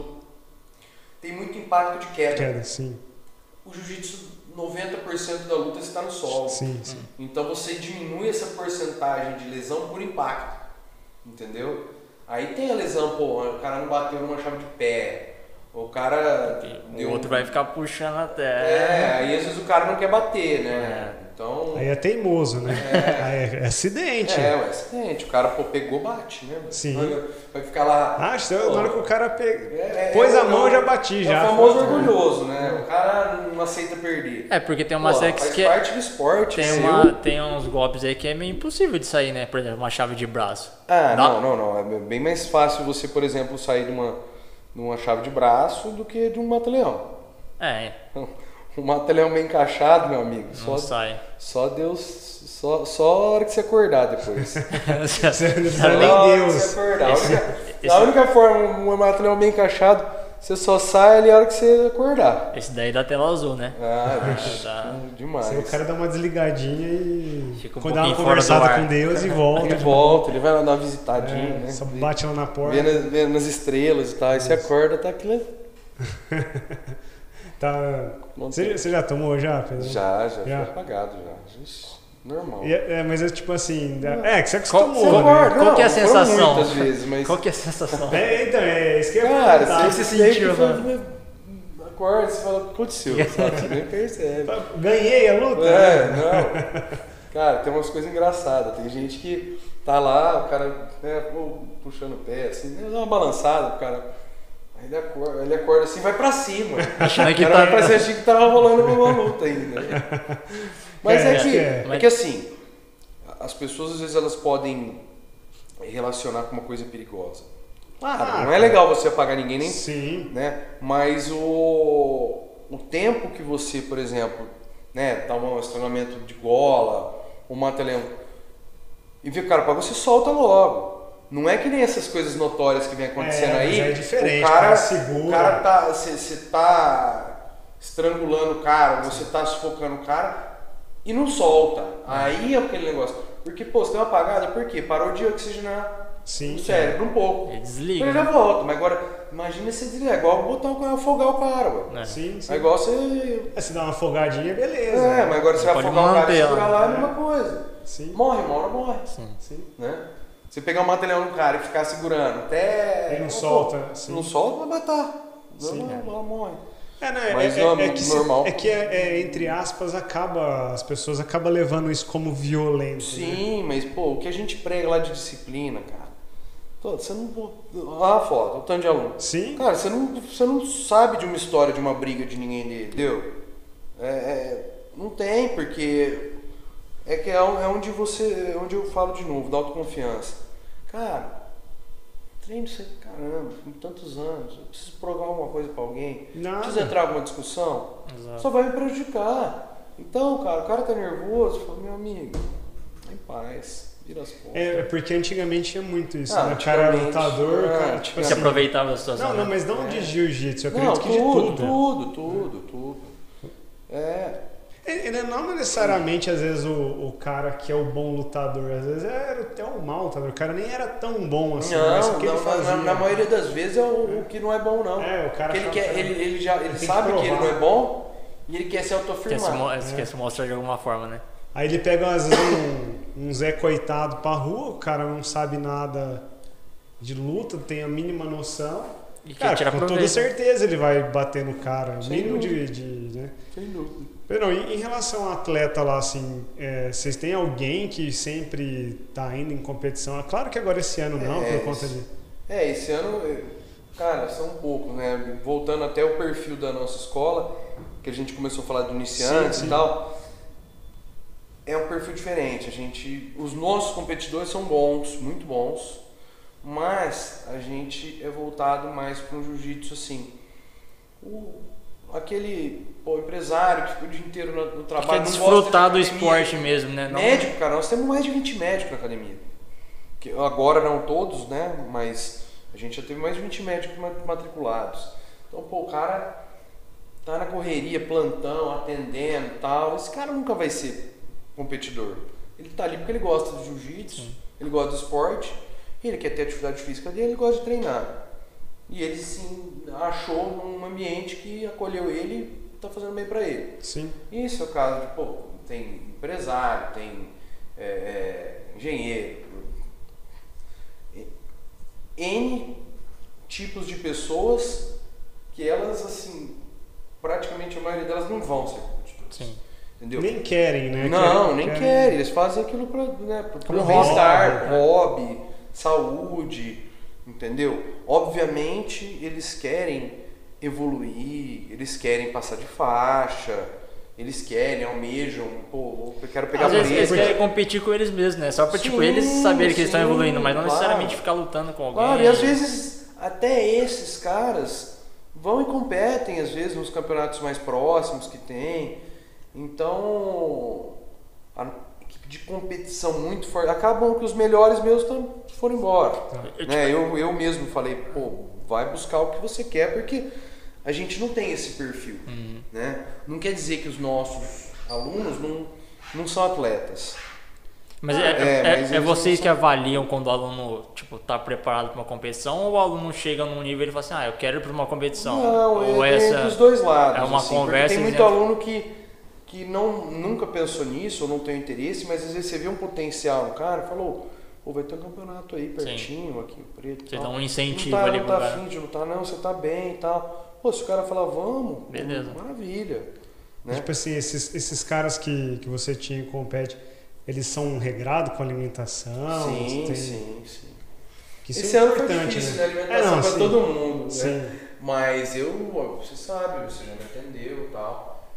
tem muito impacto de queda. Queda, sim. O jiu-jitsu, noventa por cento da luta está no solo. Sim, sim. Então você diminui essa porcentagem de lesão por impacto. Entendeu? Aí tem a lesão, pô, o cara não bateu numa chave de pé. O cara... O deu outro um... vai ficar puxando até. É, aí às vezes o cara não quer bater, né? É. Então... Aí é teimoso, né? É, aí é acidente. É, é acidente. O cara, pô, pegou, bate, né? Sim. Vai, vai ficar lá... Ah, se eu, na hora que o cara pega... É, é, pôs é, a mão, é, eu já bati, é já. É o famoso orgulhoso, né? O cara não aceita perder. É, porque tem uma Pô, sex faz que parte do esporte. tem, seu. uma, tem uns golpes aí que é meio impossível de sair, né? Por exemplo, uma chave de braço. Ah, Dá? não, não, não. É bem mais fácil você, por exemplo, sair de uma, de uma chave de braço do que de um mata-leão. É, Um mata-leão bem encaixado, meu amigo. não Só, sai. só Deus... Só, só a hora que você acordar depois. Você não Só precisa a nem hora que Deus. você acordar. Esse- a única, esse- a única forma, um mata-leão bem encaixado, você só sai ali a hora que você acordar. Esse daí dá tela azul, né? Ah, bicho, Dá. demais. Aí o cara dá uma desligadinha e Fica um quando dá uma pouquinho fora do conversada ar. com Deus e volta. Ele de volta, ele vai lá dar uma visitadinha, É, né? só bate lá na porta. Vendo, as- vendo as estrelas e tal, aí você acorda, tá aquilo. Tá... Você, você já tomou já, Pedro? Já, já, Já. foi apagado já. Ixi, normal. E é, é, mas é tipo assim, dá- é que você Qual- acostumou, qual- né? acorda, Qual que é a não, foram sensação? muitas vezes, mas... Qual que é a sensação? É, então, é isso que eu ia Cara, perguntar. você, se você sentiu, que foi- né? Acorda, você fala, o que aconteceu? Sabe? Você nem percebe. Ganhei a luta? É, não. Cara, tem umas coisas engraçadas. Tem gente que tá lá, o cara né, pô, puxando o pé, assim, né, dá uma balançada, o cara. Aí ele acorda, ele acorda assim, vai pra cima. Achando que Era tá- pra você achar que tava rolando uma luta ainda. Mas é, É, que, é. é que assim, as pessoas às vezes elas podem relacionar com uma coisa perigosa. Claro, Ah, não é legal você apagar ninguém nem. Sim. Né? Mas o, o tempo que você, por exemplo, né, dá um estrangulamento de gola, um mata-leão, e vê o cara, você solta logo. Não é que nem essas coisas notórias que vem acontecendo É, aí. mas é diferente, o cara, o cara segura. o cara tá, você tá estrangulando o cara, você tá sufocando o cara e não solta. Aí é aquele negócio. Porque, pô, você tem uma apagada, por quê? Parou de oxigenar Sim. o cérebro um pouco. Ele desliga. Ele já volta, mas agora, imagina você desligar, é igual botar o cara, afogar o cara, ué. É. Sim, sim. É igual você. É, se dá uma afogadinha, beleza. É, mas agora você vai Pode afogar o cara e manter, segurar né? lá, é a mesma coisa. Sim. Morre, uma hora morre. Sim. Sim. Né? Você pegar um mata-leão no cara e ficar segurando até. Ele não Pô, solta, pô, sim. Não solta, vai matar. Sim, não, é. não, morre. É, né, Mas é, não é é que se- normal. é que é, é, entre aspas, acaba, as pessoas acabam levando isso como violento. Né? Sim, mas pô, o que a gente prega lá de disciplina, cara. Tô, Você não. Olha a foto, o tanto de aluno. Sim. Cara, você não, você não sabe de uma história de uma briga de ninguém dele, entendeu? É, é, não tem, porque é que é, é onde você. É onde eu falo de novo, da autoconfiança. Cara, treino isso aí, caramba, com tantos anos, eu preciso provar alguma coisa para alguém, Nada. preciso entrar em alguma discussão, Exato. só vai me prejudicar. Então, cara, o cara tá nervoso, fala, meu amigo, em paz, vira as costas. É, porque antigamente tinha muito isso, Ah, né? O cara era antigamente, lutador, o ah, cara, tipo Se assim... aproveitava da situação. Não, não, né? mas não É. de jiu-jitsu, eu Não, acredito que tudo, de tudo. tudo, tudo, tudo. É. Ele não necessariamente, às vezes, o, o cara que é o bom lutador, às vezes era até um mau lutador, o cara nem era tão bom assim, mas Não, o que ele não, fazia... na, na maioria das vezes é o, o que não é bom, não. É, o cara... Porque ele, fala, quer, ele, ele, já, ele tem que sabe que, ele provar. não é bom e ele quer se Quer se, autoafirmar. mo- É. quer se mostrar de alguma forma, né? Aí ele pega, às vezes, um, um Zé Coitado pra rua, o cara não sabe nada de luta, tem a mínima noção. E quer Cara, tirar com proveito. toda certeza ele vai bater no cara, Sem mínimo de, dúvida. de, né? Sem dúvida. Pero, em em relação ao atleta lá, assim, é, vocês têm alguém que sempre tá indo em competição? É claro que agora esse ano não, É, por conta esse- de... É, esse ano, eh, cara, são poucos, né? Voltando até o perfil da nossa escola, que a gente começou a falar do iniciante Sim, sim. e tal, é um perfil diferente. A gente, os nossos competidores são bons, muito bons, mas a gente é voltado mais para um jiu-jitsu assim. O, aquele pô, empresário que fica o dia inteiro no, no Quer trabalho, não gosta desfrutar de do academia. esporte mesmo, né? Não- Médico, cara, nós temos mais de vinte médicos na academia. Que agora não todos, né? Mas a gente já teve mais de vinte médicos ma- matriculados. Então, pô, o cara tá na correria, plantão, atendendo e tal. Esse cara nunca vai ser competidor. Ele tá ali porque ele gosta de jiu-jitsu, Sim. ele gosta do esporte, ele quer ter a atividade física dele, ele gosta de treinar. E ele sim achou num ambiente que acolheu ele e tá fazendo bem pra ele. Sim. Isso é o caso de, pô, tem empresário, tem é, é, engenheiro, N tipos de pessoas que elas, assim, praticamente a maioria delas não vão ser competidoras. Sim. Entendeu? Nem querem, né? Não, Querem- nem querem. Eles fazem aquilo pra, né, pra, Como pelo bem-estar, hobby, né? hobby, saúde, entendeu? Obviamente eles querem evoluir, eles querem passar de faixa, eles querem, almejam, pô, eu quero pegar Às vezes eles preto. querem competir com eles mesmos, né? Só pra tipo, Sim, eles saberem que eles estão sim, evoluindo, mas não claro. necessariamente ficar lutando com alguém. Claro, e às vezes até esses caras vão e competem, às vezes, nos campeonatos mais próximos que tem. Então, a equipe de competição muito forte. Acabam que os melhores meus tão, foram embora. Eu, Né? Eu, eu mesmo falei, pô, vai buscar o que você quer, porque a gente não tem esse perfil. Uhum. Né? Não quer dizer que os nossos alunos não, não são atletas. Mas é, É, é, mas é eles vocês não que são- avaliam quando o aluno tipo, tá preparado para uma competição ou o aluno chega num nível e ele fala assim, ah, eu quero ir para uma competição. Não, ou é, essa... é dos dois lados. é uma assim, porque conversa tem muito dizendo- aluno que, que não, nunca pensou nisso ou não tem interesse, mas às vezes você vê um potencial no cara e falou, pô, vai ter um campeonato aí pertinho, aqui o preto. Você tal. dá um incentivo não tá, ali não pro tá cara. afim de lutar, não, você tá bem e tal. Pô, se o cara falar, vamos, Beleza. pô, maravilha. Né? Tipo assim, esses, esses caras que, que você tinha em compete, eles são regrados com alimentação? Sim, tem- sim, sim. Que isso Esse é ano foi importante, difícil, né? né? Alimentação É, não, pra sim. todo mundo, Sim. né? Mas eu, ó, você sabe, você já me atendeu e tal.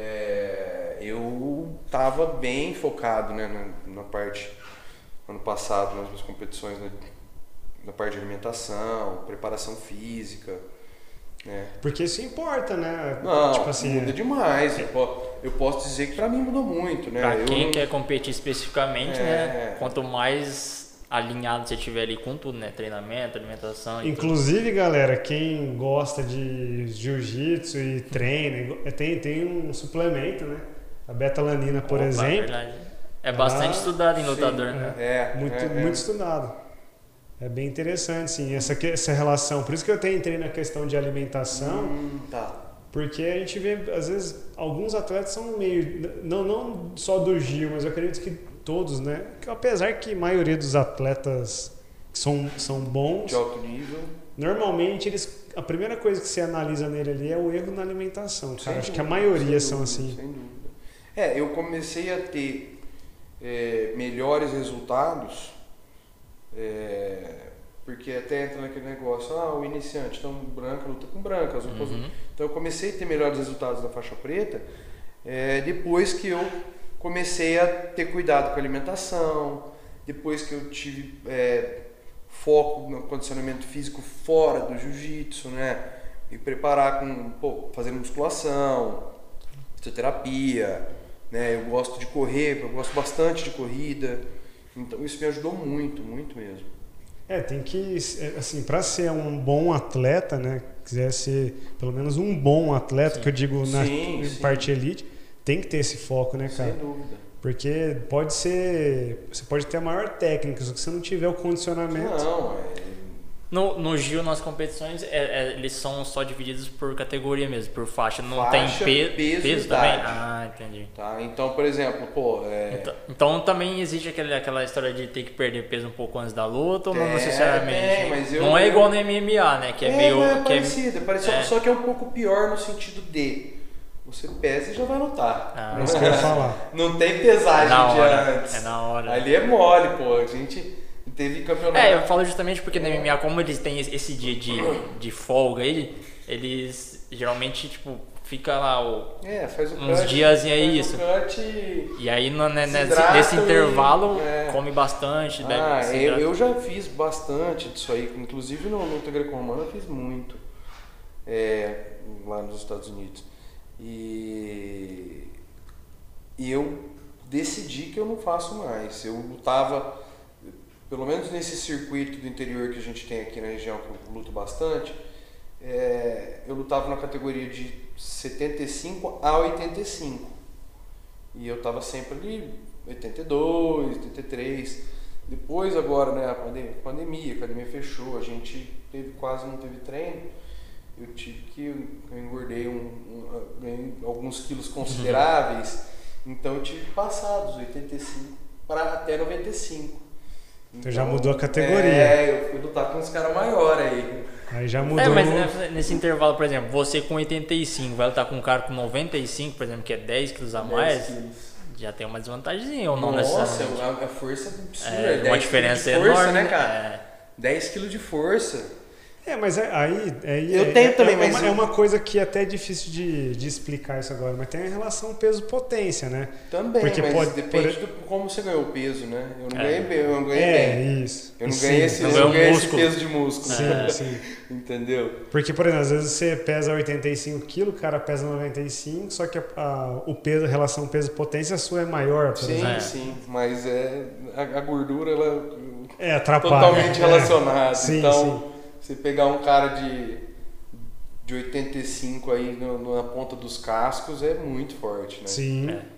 É, eu tava bem focado, né, na, na parte, ano passado, nas minhas competições, né, na parte de alimentação, preparação física, né? Porque isso importa, né? Não, tipo assim, muda demais. Eu, po- eu posso dizer que pra mim mudou muito, né? Pra Eu quem não- quer competir especificamente, É. né? Quanto mais alinhado você tiver ali com tudo, né? Treinamento, alimentação e tudo. Inclusive, galera, quem gosta de jiu-jitsu e treina, tem, tem um suplemento, né? A betalanina, por Opa, exemplo, verdade. É bastante Ah, estudado em sim, lutador, né? É, muito, é, é. muito estudado. É bem interessante, sim, essa, que- essa relação. Por isso que eu até entrei na questão de alimentação, Hum, tá. porque a gente vê, às vezes, alguns atletas são meio... Não, não só do Gil, mas eu acredito que todos, né? Que apesar que a maioria dos atletas são, são bons, De alto nível. normalmente eles, a primeira coisa que você analisa nele ali é o erro na alimentação, cara. Sem Acho que a dúvida, maioria sem são dúvida, assim. Sem dúvida. É, eu comecei a ter é, melhores resultados, é, porque até entra naquele negócio, ah, o iniciante, então branca luta com branca, as outras- Uhum. então eu comecei a ter melhores resultados na faixa preta é, depois que eu comecei a ter cuidado com a alimentação, depois que eu tive é, foco no condicionamento físico fora do jiu-jitsu, né? E preparar com, pô, fazendo musculação, fisioterapia, né? Eu gosto de correr, eu gosto bastante de corrida. Então isso me ajudou muito, muito mesmo. É, tem que, assim, para ser um bom atleta, né? Quiser ser pelo menos um bom atleta, sim, que eu digo na sim, parte sim. elite, tem que ter esse foco, né, cara? Sem dúvida. Porque pode ser, você pode ter a maior técnica, só que se não tiver o condicionamento... Não, é... No, no Gil, nas competições, é, é, eles são só divididos por categoria mesmo, por faixa. Não faixa, tem pe peso, peso também? Ah, entendi. Tá, então, por exemplo, pô... É... Então, então também existe aquele, aquela história de ter que perder peso um pouco antes da luta, ou não é, necessariamente? É, mas eu, não é igual eu... no M M A, né? Que é, é meio... É que parecido, é parecido, é... só que é um pouco pior no sentido de... Você pesa e já vai lutar. Ah, é isso que eu ia falar. Não tem pesagem na de hora, antes. É na hora. Ali é mole, pô. A gente... Teve campeonato. É, eu falo justamente porque no M M A, como eles têm esse dia de, de folga aí, eles geralmente, tipo, fica lá o, é, faz o uns cut, dias e é faz isso. O cut e... e aí no, né, nesse, nesse intervalo e, é. come bastante. Ah, deve, eu, eu já fiz bastante disso aí, inclusive no luta greco-romana eu fiz muito, é, lá nos Estados Unidos. E, e eu decidi que eu não faço mais. Eu lutava... Pelo menos nesse circuito do interior que a gente tem aqui na região, que eu luto bastante, é, eu lutava na categoria de setenta e cinco a oitenta e cinco. E eu estava sempre ali, oitenta e dois, oitenta e três. Depois agora, né, a pandemia, a pandemia, a academia fechou, a gente teve, quase não teve treino. Eu tive que, eu engordei um, um, ganhei alguns quilos consideráveis, então eu tive que passar dos oitenta e cinco para até noventa e cinco. Então, então já mudou a categoria. É, eu fui lutar com uns caras maiores aí. Aí já mudou. É, mas né, nesse intervalo, por exemplo, você com oitenta e cinco vai lutar com um cara com noventa e cinco, por exemplo, que é dez quilos a mais, quilos. Já tem uma desvantagem ou não? Nossa, a força absurda. É, uma diferença de força, enorme, né, cara? É. dez quilos de força. É, mas é, aí, aí eu é, tenho é, também, é, mas uma, é uma coisa que é até difícil de, de explicar isso agora, mas tem a relação peso-potência, né? Também, porque mas pode, depende por... de como você ganhou o peso, né? Eu não é. ganhei bem, eu não ganhei é, bem. Isso. Eu não sim, ganhei esse, não eu ganhei esse músculo. peso de músculo. Sim, sim. Entendeu? Porque, por exemplo, às vezes você pesa oitenta e cinco quilos, o cara pesa noventa e cinco, só que a, a, o peso, a relação peso-potência sua é maior, por sim, exemplo. Sim, sim, mas é, a, a gordura, ela é atrapalha. Totalmente é. relacionada. Sim, então, sim. você pegar um cara de, de oitenta e cinco aí no, na ponta dos cascos é muito forte, né? Sim. É.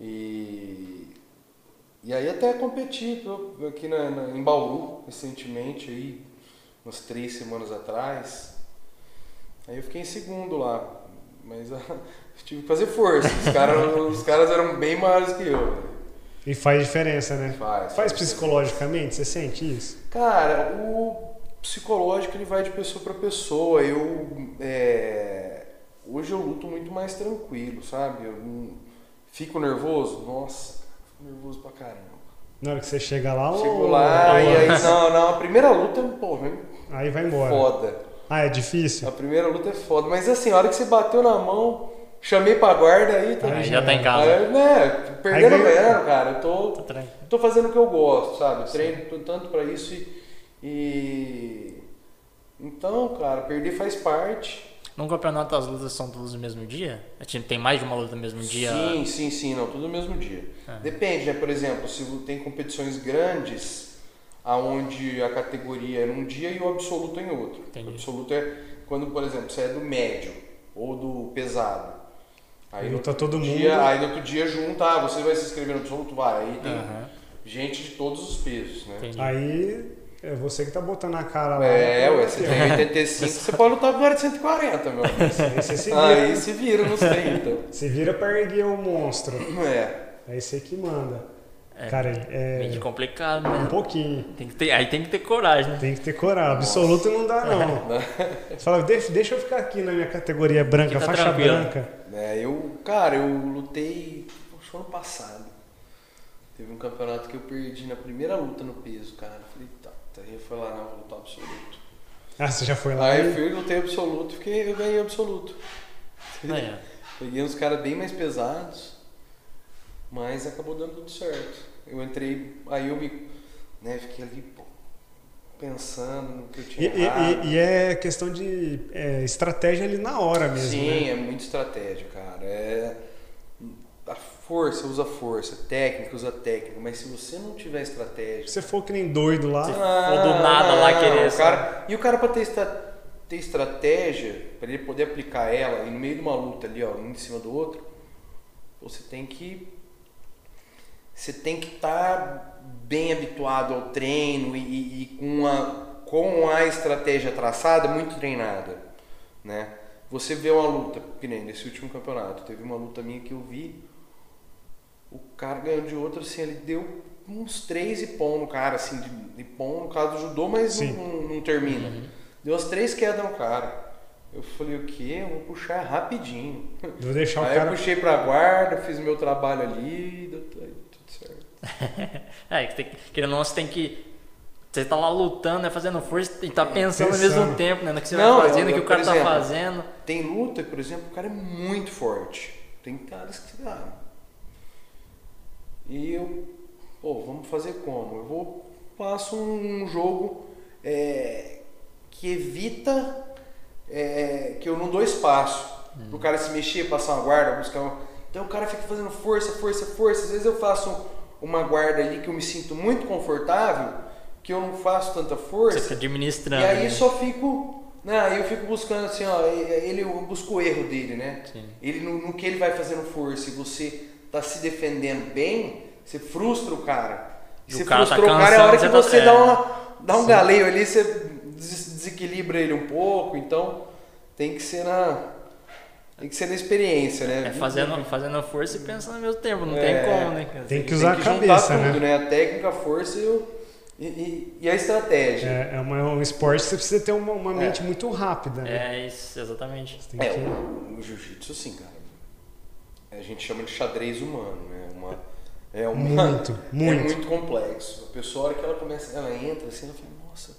E, e aí até competi eu, aqui na, na, em Bauru, recentemente, aí, umas três semanas atrás. Aí eu fiquei em segundo lá, mas tive que fazer força. Os caras, os caras eram bem maiores que eu. E faz diferença, né? Faz. Faz psicologicamente, você sente isso? Cara, o psicológico ele vai de pessoa para pessoa. Eu é, hoje eu luto muito mais tranquilo, sabe? Eu não, fico nervoso, nossa, fico nervoso pra caramba. Na hora que você chega lá, Chego ou... lá ou... e aí não, não, a primeira luta, pô, vem aí vai embora. Foda. Ah, é difícil? A primeira luta é foda, mas assim, a hora que você bateu na mão, chamei pra guarda aí, tá? Aí já tá em casa. Aí, né, perdendo ganhando, cara. Eu tô, tá tô fazendo o que eu gosto, sabe? Treino tanto pra isso e, e. Então, cara, perder faz parte. Num campeonato as lutas são todas no mesmo dia? A gente tem mais de uma luta no mesmo dia? Sim, sim, sim, não, tudo no mesmo dia. É. Depende, né? Por exemplo, se tem competições grandes, aonde a categoria é num dia e o absoluto é em outro. Entendi. O absoluto é quando, por exemplo, você é do médio ou do pesado. Aí luta todo dia, mundo. Aí no outro dia junta, ah, você vai se inscrever no absoluto? Vai. Aí tem uhum. gente de todos os pesos, né? Entendi. Aí é você que tá botando a cara lá. É, ué, você tem oitenta e cinco, você pode lutar agora de cento e quarenta, meu amigo. Aí você se vira. Aí se vira nos trinta. Se vira pra erguer o monstro. É. Aí você que manda. É, cara, é... meio complicado, né? Um pouquinho. Tem que ter, aí tem que ter coragem, né? Tem que ter coragem. Absoluto não dá, não. Você fala, deixa, deixa eu ficar aqui na minha categoria branca, Fica faixa tranquilo. branca. É, eu, cara, eu lutei no ano passado. Teve um campeonato que eu perdi na primeira luta no peso, cara. Falei, tá, aí eu fui lá, não, vou lutar absoluto. Ah, você já foi lá? Aí e... eu fui, lutei absoluto, fiquei, eu ganhei absoluto. Ah, é. Peguei uns caras bem mais pesados, mas acabou dando tudo certo. Eu entrei, aí eu me, né, fiquei ali, pô, pensando no que eu tinha e, errado. E, e é questão de é, estratégia ali na hora mesmo. Sim, né? é muito estratégia, cara. É... A força usa força, técnica usa técnica, mas se você não tiver estratégia... Se você for que nem doido lá... Se ah, for do nada lá querer... O cara, e o cara pra ter, estra, ter estratégia, pra ele poder aplicar ela, e no meio de uma luta ali, ó, um em cima do outro, você tem que... Você tem que estar tá bem habituado ao treino e, e, e com, a, com a estratégia traçada, muito treinada, né? Você vê uma luta, que nem nesse último campeonato, teve uma luta minha que eu vi, o cara ganhou de outro, assim, ele deu uns três ipom no cara, assim, de ipom no caso do judô, mas não, não, não termina. Uhum. Deu as três quedas no cara. Eu falei, o quê? Eu vou puxar rapidinho. Vou deixar Aí o cara... eu puxei pra guarda, fiz meu trabalho ali, deu tudo certo. É, que querendo ou não, você tem que... Você tá lá lutando, né, fazendo força e tá pensando, pensando ao mesmo tempo, né, no que você não, vai fazendo, eu, no que o cara exemplo, tá fazendo. Tem luta, por exemplo, o cara é muito forte. Tem caras que se dá. E eu, pô, vamos fazer como? Eu vou, faço um jogo é, que evita é, que eu não dou espaço hum. pro cara se mexer, passar uma guarda, buscar uma... Então o cara fica fazendo força, força, força. Às vezes eu faço uma guarda ali que eu me sinto muito confortável, que eu não faço tanta força. Você fica administrando. E aí né? só fico... Né, eu fico buscando assim, ó, ele, eu busco o erro dele, né? Sim. Ele, no, no que ele vai fazendo força e você tá se defendendo bem, você frustra o cara. E e você o cara frustrou tá o cara, é a hora que tá... você é. dá, uma, dá um Sim. galeio ali, você desequilibra ele um pouco, então tem que ser na... Tem que ser na experiência, né? É fazendo, fazendo força e pensando ao mesmo tempo, não é, tem como, né? Tem que usar tem que a cabeça, juntar tudo, né? né? A técnica, a força e, o, e, e, e a estratégia. É, é uma, um esporte que você precisa ter uma, uma mente é. muito rápida, né? É isso, exatamente. É, que... o, o jiu-jitsu, sim, cara. A gente chama de xadrez humano, né? Uma, é uma, muito, muito. É muito complexo. A pessoa, a hora que ela começa, ela entra assim, ela fala, nossa...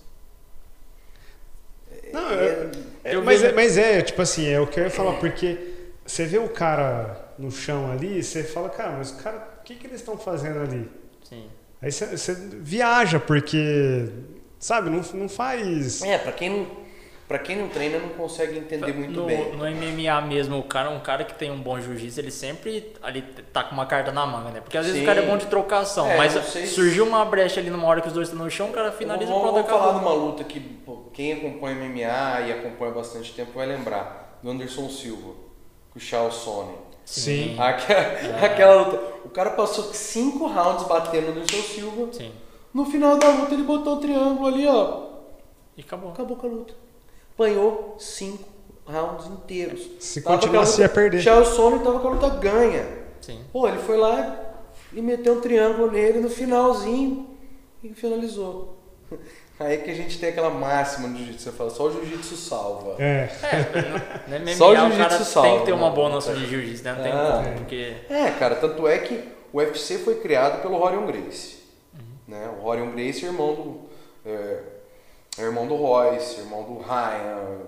Não, é, é, mas, é, mas é, tipo assim, é o que eu ia falar, porque você vê o cara no chão ali, você fala, cara, mas o cara, o que, que eles estão fazendo ali? Sim. Aí você, você viaja, porque, sabe, não, não faz... É, pra quem não, pra quem não treina, não consegue entender muito no, bem. No M M A mesmo, o cara, um cara que tem um bom jiu-jitsu, ele sempre ali tá com uma carta na manga, né? Porque às vezes Sim. o cara é bom de trocação, é, mas surgiu uma brecha ali numa hora que os dois estão no chão, o cara finaliza vamos, e pronto, vamos acabou. falar de uma luta que pô, quem acompanha M M A e acompanha bastante tempo vai lembrar, do Anderson Silva, com o Chael Sonnen. Sim. Aquela, é. aquela luta. O cara passou cinco rounds batendo no Anderson Silva. Sim. No final da luta ele botou o triângulo ali, ó. E acabou. Acabou com a luta. Apanhou cinco rounds inteiros. Se continuasse a perder. Chael Sonnen tava com a luta ganha. Sim. Pô, ele foi lá e meteu um triângulo nele no finalzinho e finalizou. Aí que a gente tem aquela máxima no jiu-jitsu, você fala, só o jiu-jitsu salva. É. é no M M A, só o jiu-jitsu cara salva. Tem que ter uma boa noção de jiu-jitsu, né? Não tem ah, como, porque... É, cara, tanto é que o U F C foi criado pelo Rorion Gracie. Uhum. Né? O Rorion Gracie é irmão do, é, é irmão do Royce, irmão do Ryan.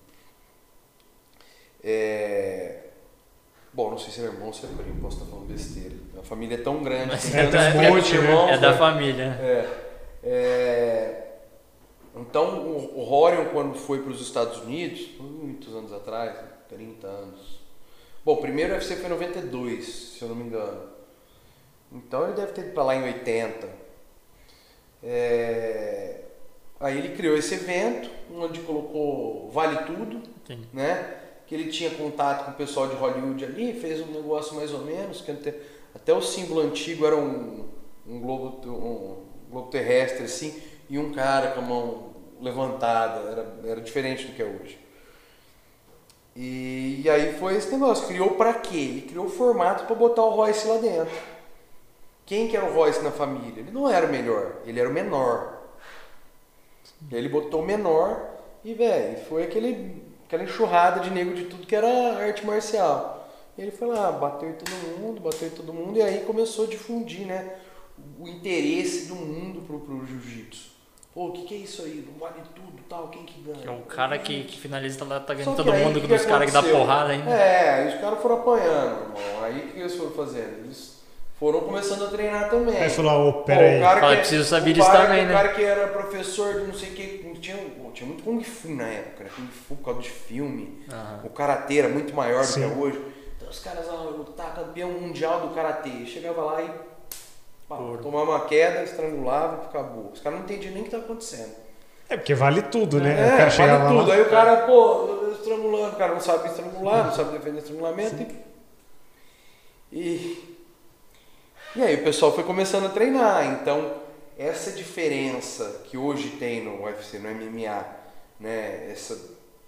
É... Bom, não sei se é irmão ou se é primo, posso estar falando besteira. A família é tão grande. Mas tem é, tantos é, monte, é, irmãos, é da né? família. É. É... Então, o, o Rorion, quando foi para os Estados Unidos, muitos anos atrás, trinta anos. Bom, o primeiro U F C foi em noventa e dois, se eu não me engano. Então, ele deve ter ido para lá em oitenta. É... Aí ele criou esse evento, onde colocou Vale Tudo, Sim. né? Que ele tinha contato com o pessoal de Hollywood ali, fez um negócio mais ou menos, que até, até o símbolo antigo era um, um, globo, um globo terrestre assim, e um cara com a mão levantada, era, era diferente do que é hoje. E, e aí foi esse negócio, criou pra quê? Ele criou o formato para botar o Royce lá dentro. Quem que era o Royce na família? Ele não era o melhor, ele era o menor. E aí ele botou o menor e, velho, foi aquele, aquela enxurrada de nego de tudo que era arte marcial. E ele foi lá, bateu em todo mundo, bateu em todo mundo, e aí começou a difundir, né, o interesse do mundo pro, pro jiu-jitsu. Pô, o que, que é isso aí? Não vale tudo, tal, quem que ganha? É o cara que, que finaliza tá, tá ganhando Só todo mundo, dos caras que dá porrada ainda. É, aí os caras foram apanhando, irmão. Aí o que eles foram fazendo? Eles foram começando a treinar também. Aí falou, oh, pera aí. Fala, que, preciso saber disso também, que, né? O cara que era professor de não sei o que, tinha, tinha muito Kung Fu na época, né? Kung Fu por causa de filme. Uhum. O Karatê era muito maior do Sim. que é hoje. Então os caras lá, lutar campeão mundial do Karatê. Chegava lá e pá, tomava uma queda, estrangulava e acabou. Os caras não entendiam nem o que estava acontecendo. É, porque vale tudo, né? É, o cara chegava vale tudo. Lá... Aí o cara, pô, estrangulando, o cara não sabe estrangular, não sabe defender estrangulamento. E... e... E aí o pessoal foi começando a treinar. Então, essa diferença que hoje tem no U F C, no M M A, né? Essa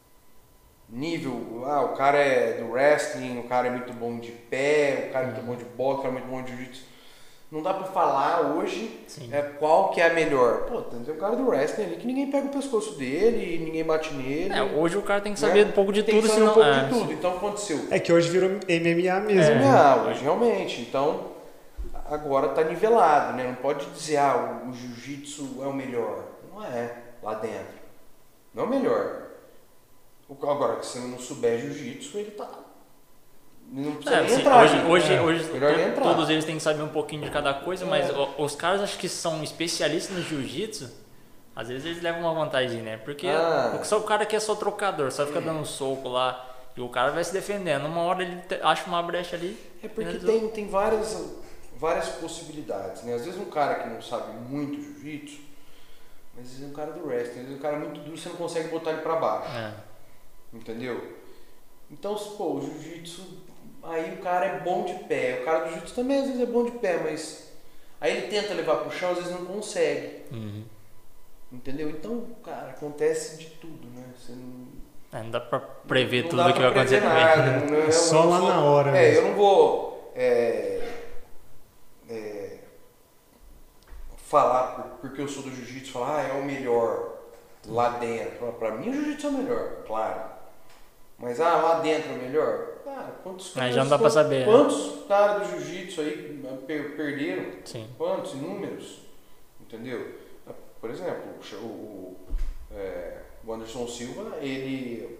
nível, ah, o cara é do wrestling, o cara é muito bom de pé, o cara é muito bom de boxe, o cara é muito bom de jiu-jitsu. Não dá pra falar hoje é, qual que é a melhor. Pô, tem um cara do wrestling ali que ninguém pega o pescoço dele, ninguém bate nele. É, hoje o cara tem que saber né? um pouco de tem tudo, que saber senão... um pouco é, de tudo. Então aconteceu. É que hoje virou M M A mesmo. É, M M A, hoje realmente. Então, agora tá nivelado, né? Não pode dizer, ah, o, o jiu-jitsu é o melhor. Não é, lá dentro. Não é o melhor. Agora, se você não souber jiu-jitsu, ele tá... Não precisa é, nem sim, entrar. Hoje, né? hoje, é, hoje to, entrar. Todos eles têm que saber um pouquinho de cada coisa, é. mas os caras acho que são especialistas no jiu-jitsu, às vezes eles levam uma vantagem, né? Porque ah. só o cara que é só trocador, só fica dando um soco lá e o cara vai se defendendo. Uma hora ele acha uma brecha ali. É porque tem, tem várias, várias possibilidades, né? Às vezes um cara que não sabe muito jiu-jitsu, mas às vezes um cara do wrestling, às vezes um cara muito duro, você não consegue botar ele pra baixo. É. Entendeu? Então, pô, o jiu-jitsu... Aí o cara é bom de pé, o cara do jiu-jitsu também às vezes é bom de pé, mas aí ele tenta levar pro chão, às vezes não consegue. Uhum. Entendeu? Então, cara, acontece de tudo, né? Você não... É, não dá pra prever não tudo o que vai acontecer nada, também. É só lá vou, na hora. É, mesmo. eu não vou é, é, falar por, porque eu sou do jiu-jitsu, falar, ah, é o melhor lá dentro. Pra mim o jiu-jitsu é o melhor, claro. Mas, ah, lá dentro é o melhor? Cara, quantos caras... Aí já não dá pra saber. Quantos né? caras do jiu-jitsu aí per perderam? Sim. Quantos? Inúmeros? Entendeu? Por exemplo, o, o, é, o Anderson Silva, ele...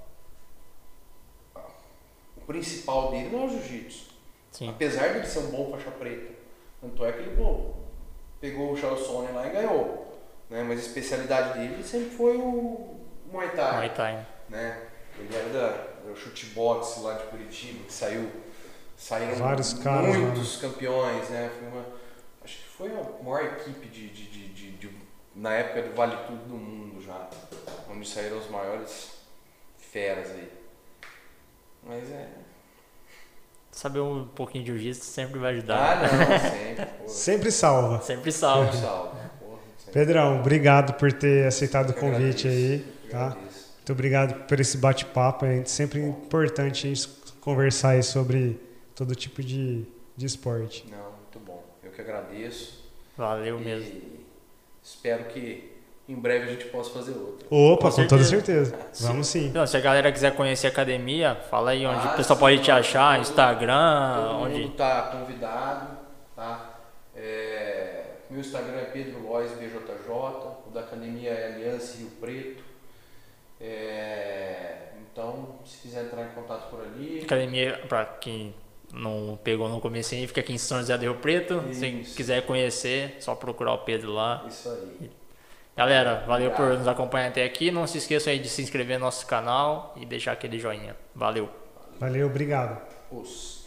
O principal dele não é o jiu-jitsu. Apesar de ele ser um bom faixa preta. Tanto é que ele pô, pegou o Charles Sonnen lá e ganhou. Né? Mas a especialidade dele sempre foi o Muay Thai. Muay Thai. Né? Ele era da do chutebox lá de Curitiba, que saiu, saíram vários caras, muitos mano. campeões, né? Foi uma, acho que foi a maior equipe de, de, de, de, de, na época do Vale Tudo do mundo já, onde saíram os maiores feras aí. Mas é... Saber um pouquinho de jiu-jitsu sempre vai ajudar. Ah, não, sempre. Porra. Sempre salva. Sempre salva. Sempre salva. Porra, sempre. Pedrão, obrigado por ter aceitado o convite aí. Tá? Agradeço. Muito obrigado por esse bate-papo. É sempre importante a gente conversar aí sobre todo tipo de, de esporte. Não, muito bom. Eu que agradeço. Valeu e mesmo. Espero que em breve a gente possa fazer outra. Opa, com, com toda certeza. Vamos sim. Então, se a galera quiser conhecer a academia, fala aí onde ah, o pessoal sim, pode te achar, todo, Instagram, todo onde... mundo tá convidado, tá? É, meu Instagram é Pedro Lois B J J, o da academia é Aliança Rio Preto. É, então, se quiser entrar em contato por ali... Academia, pra quem não pegou no começo aí, fica aqui em São José do Rio Preto. Isso. Se quiser conhecer, só procurar o Pedro lá. Isso aí. Galera, valeu Obrigado. por nos acompanhar até aqui. Não se esqueçam aí de se inscrever no nosso canal e deixar aquele joinha. Valeu. Valeu, obrigado. Os.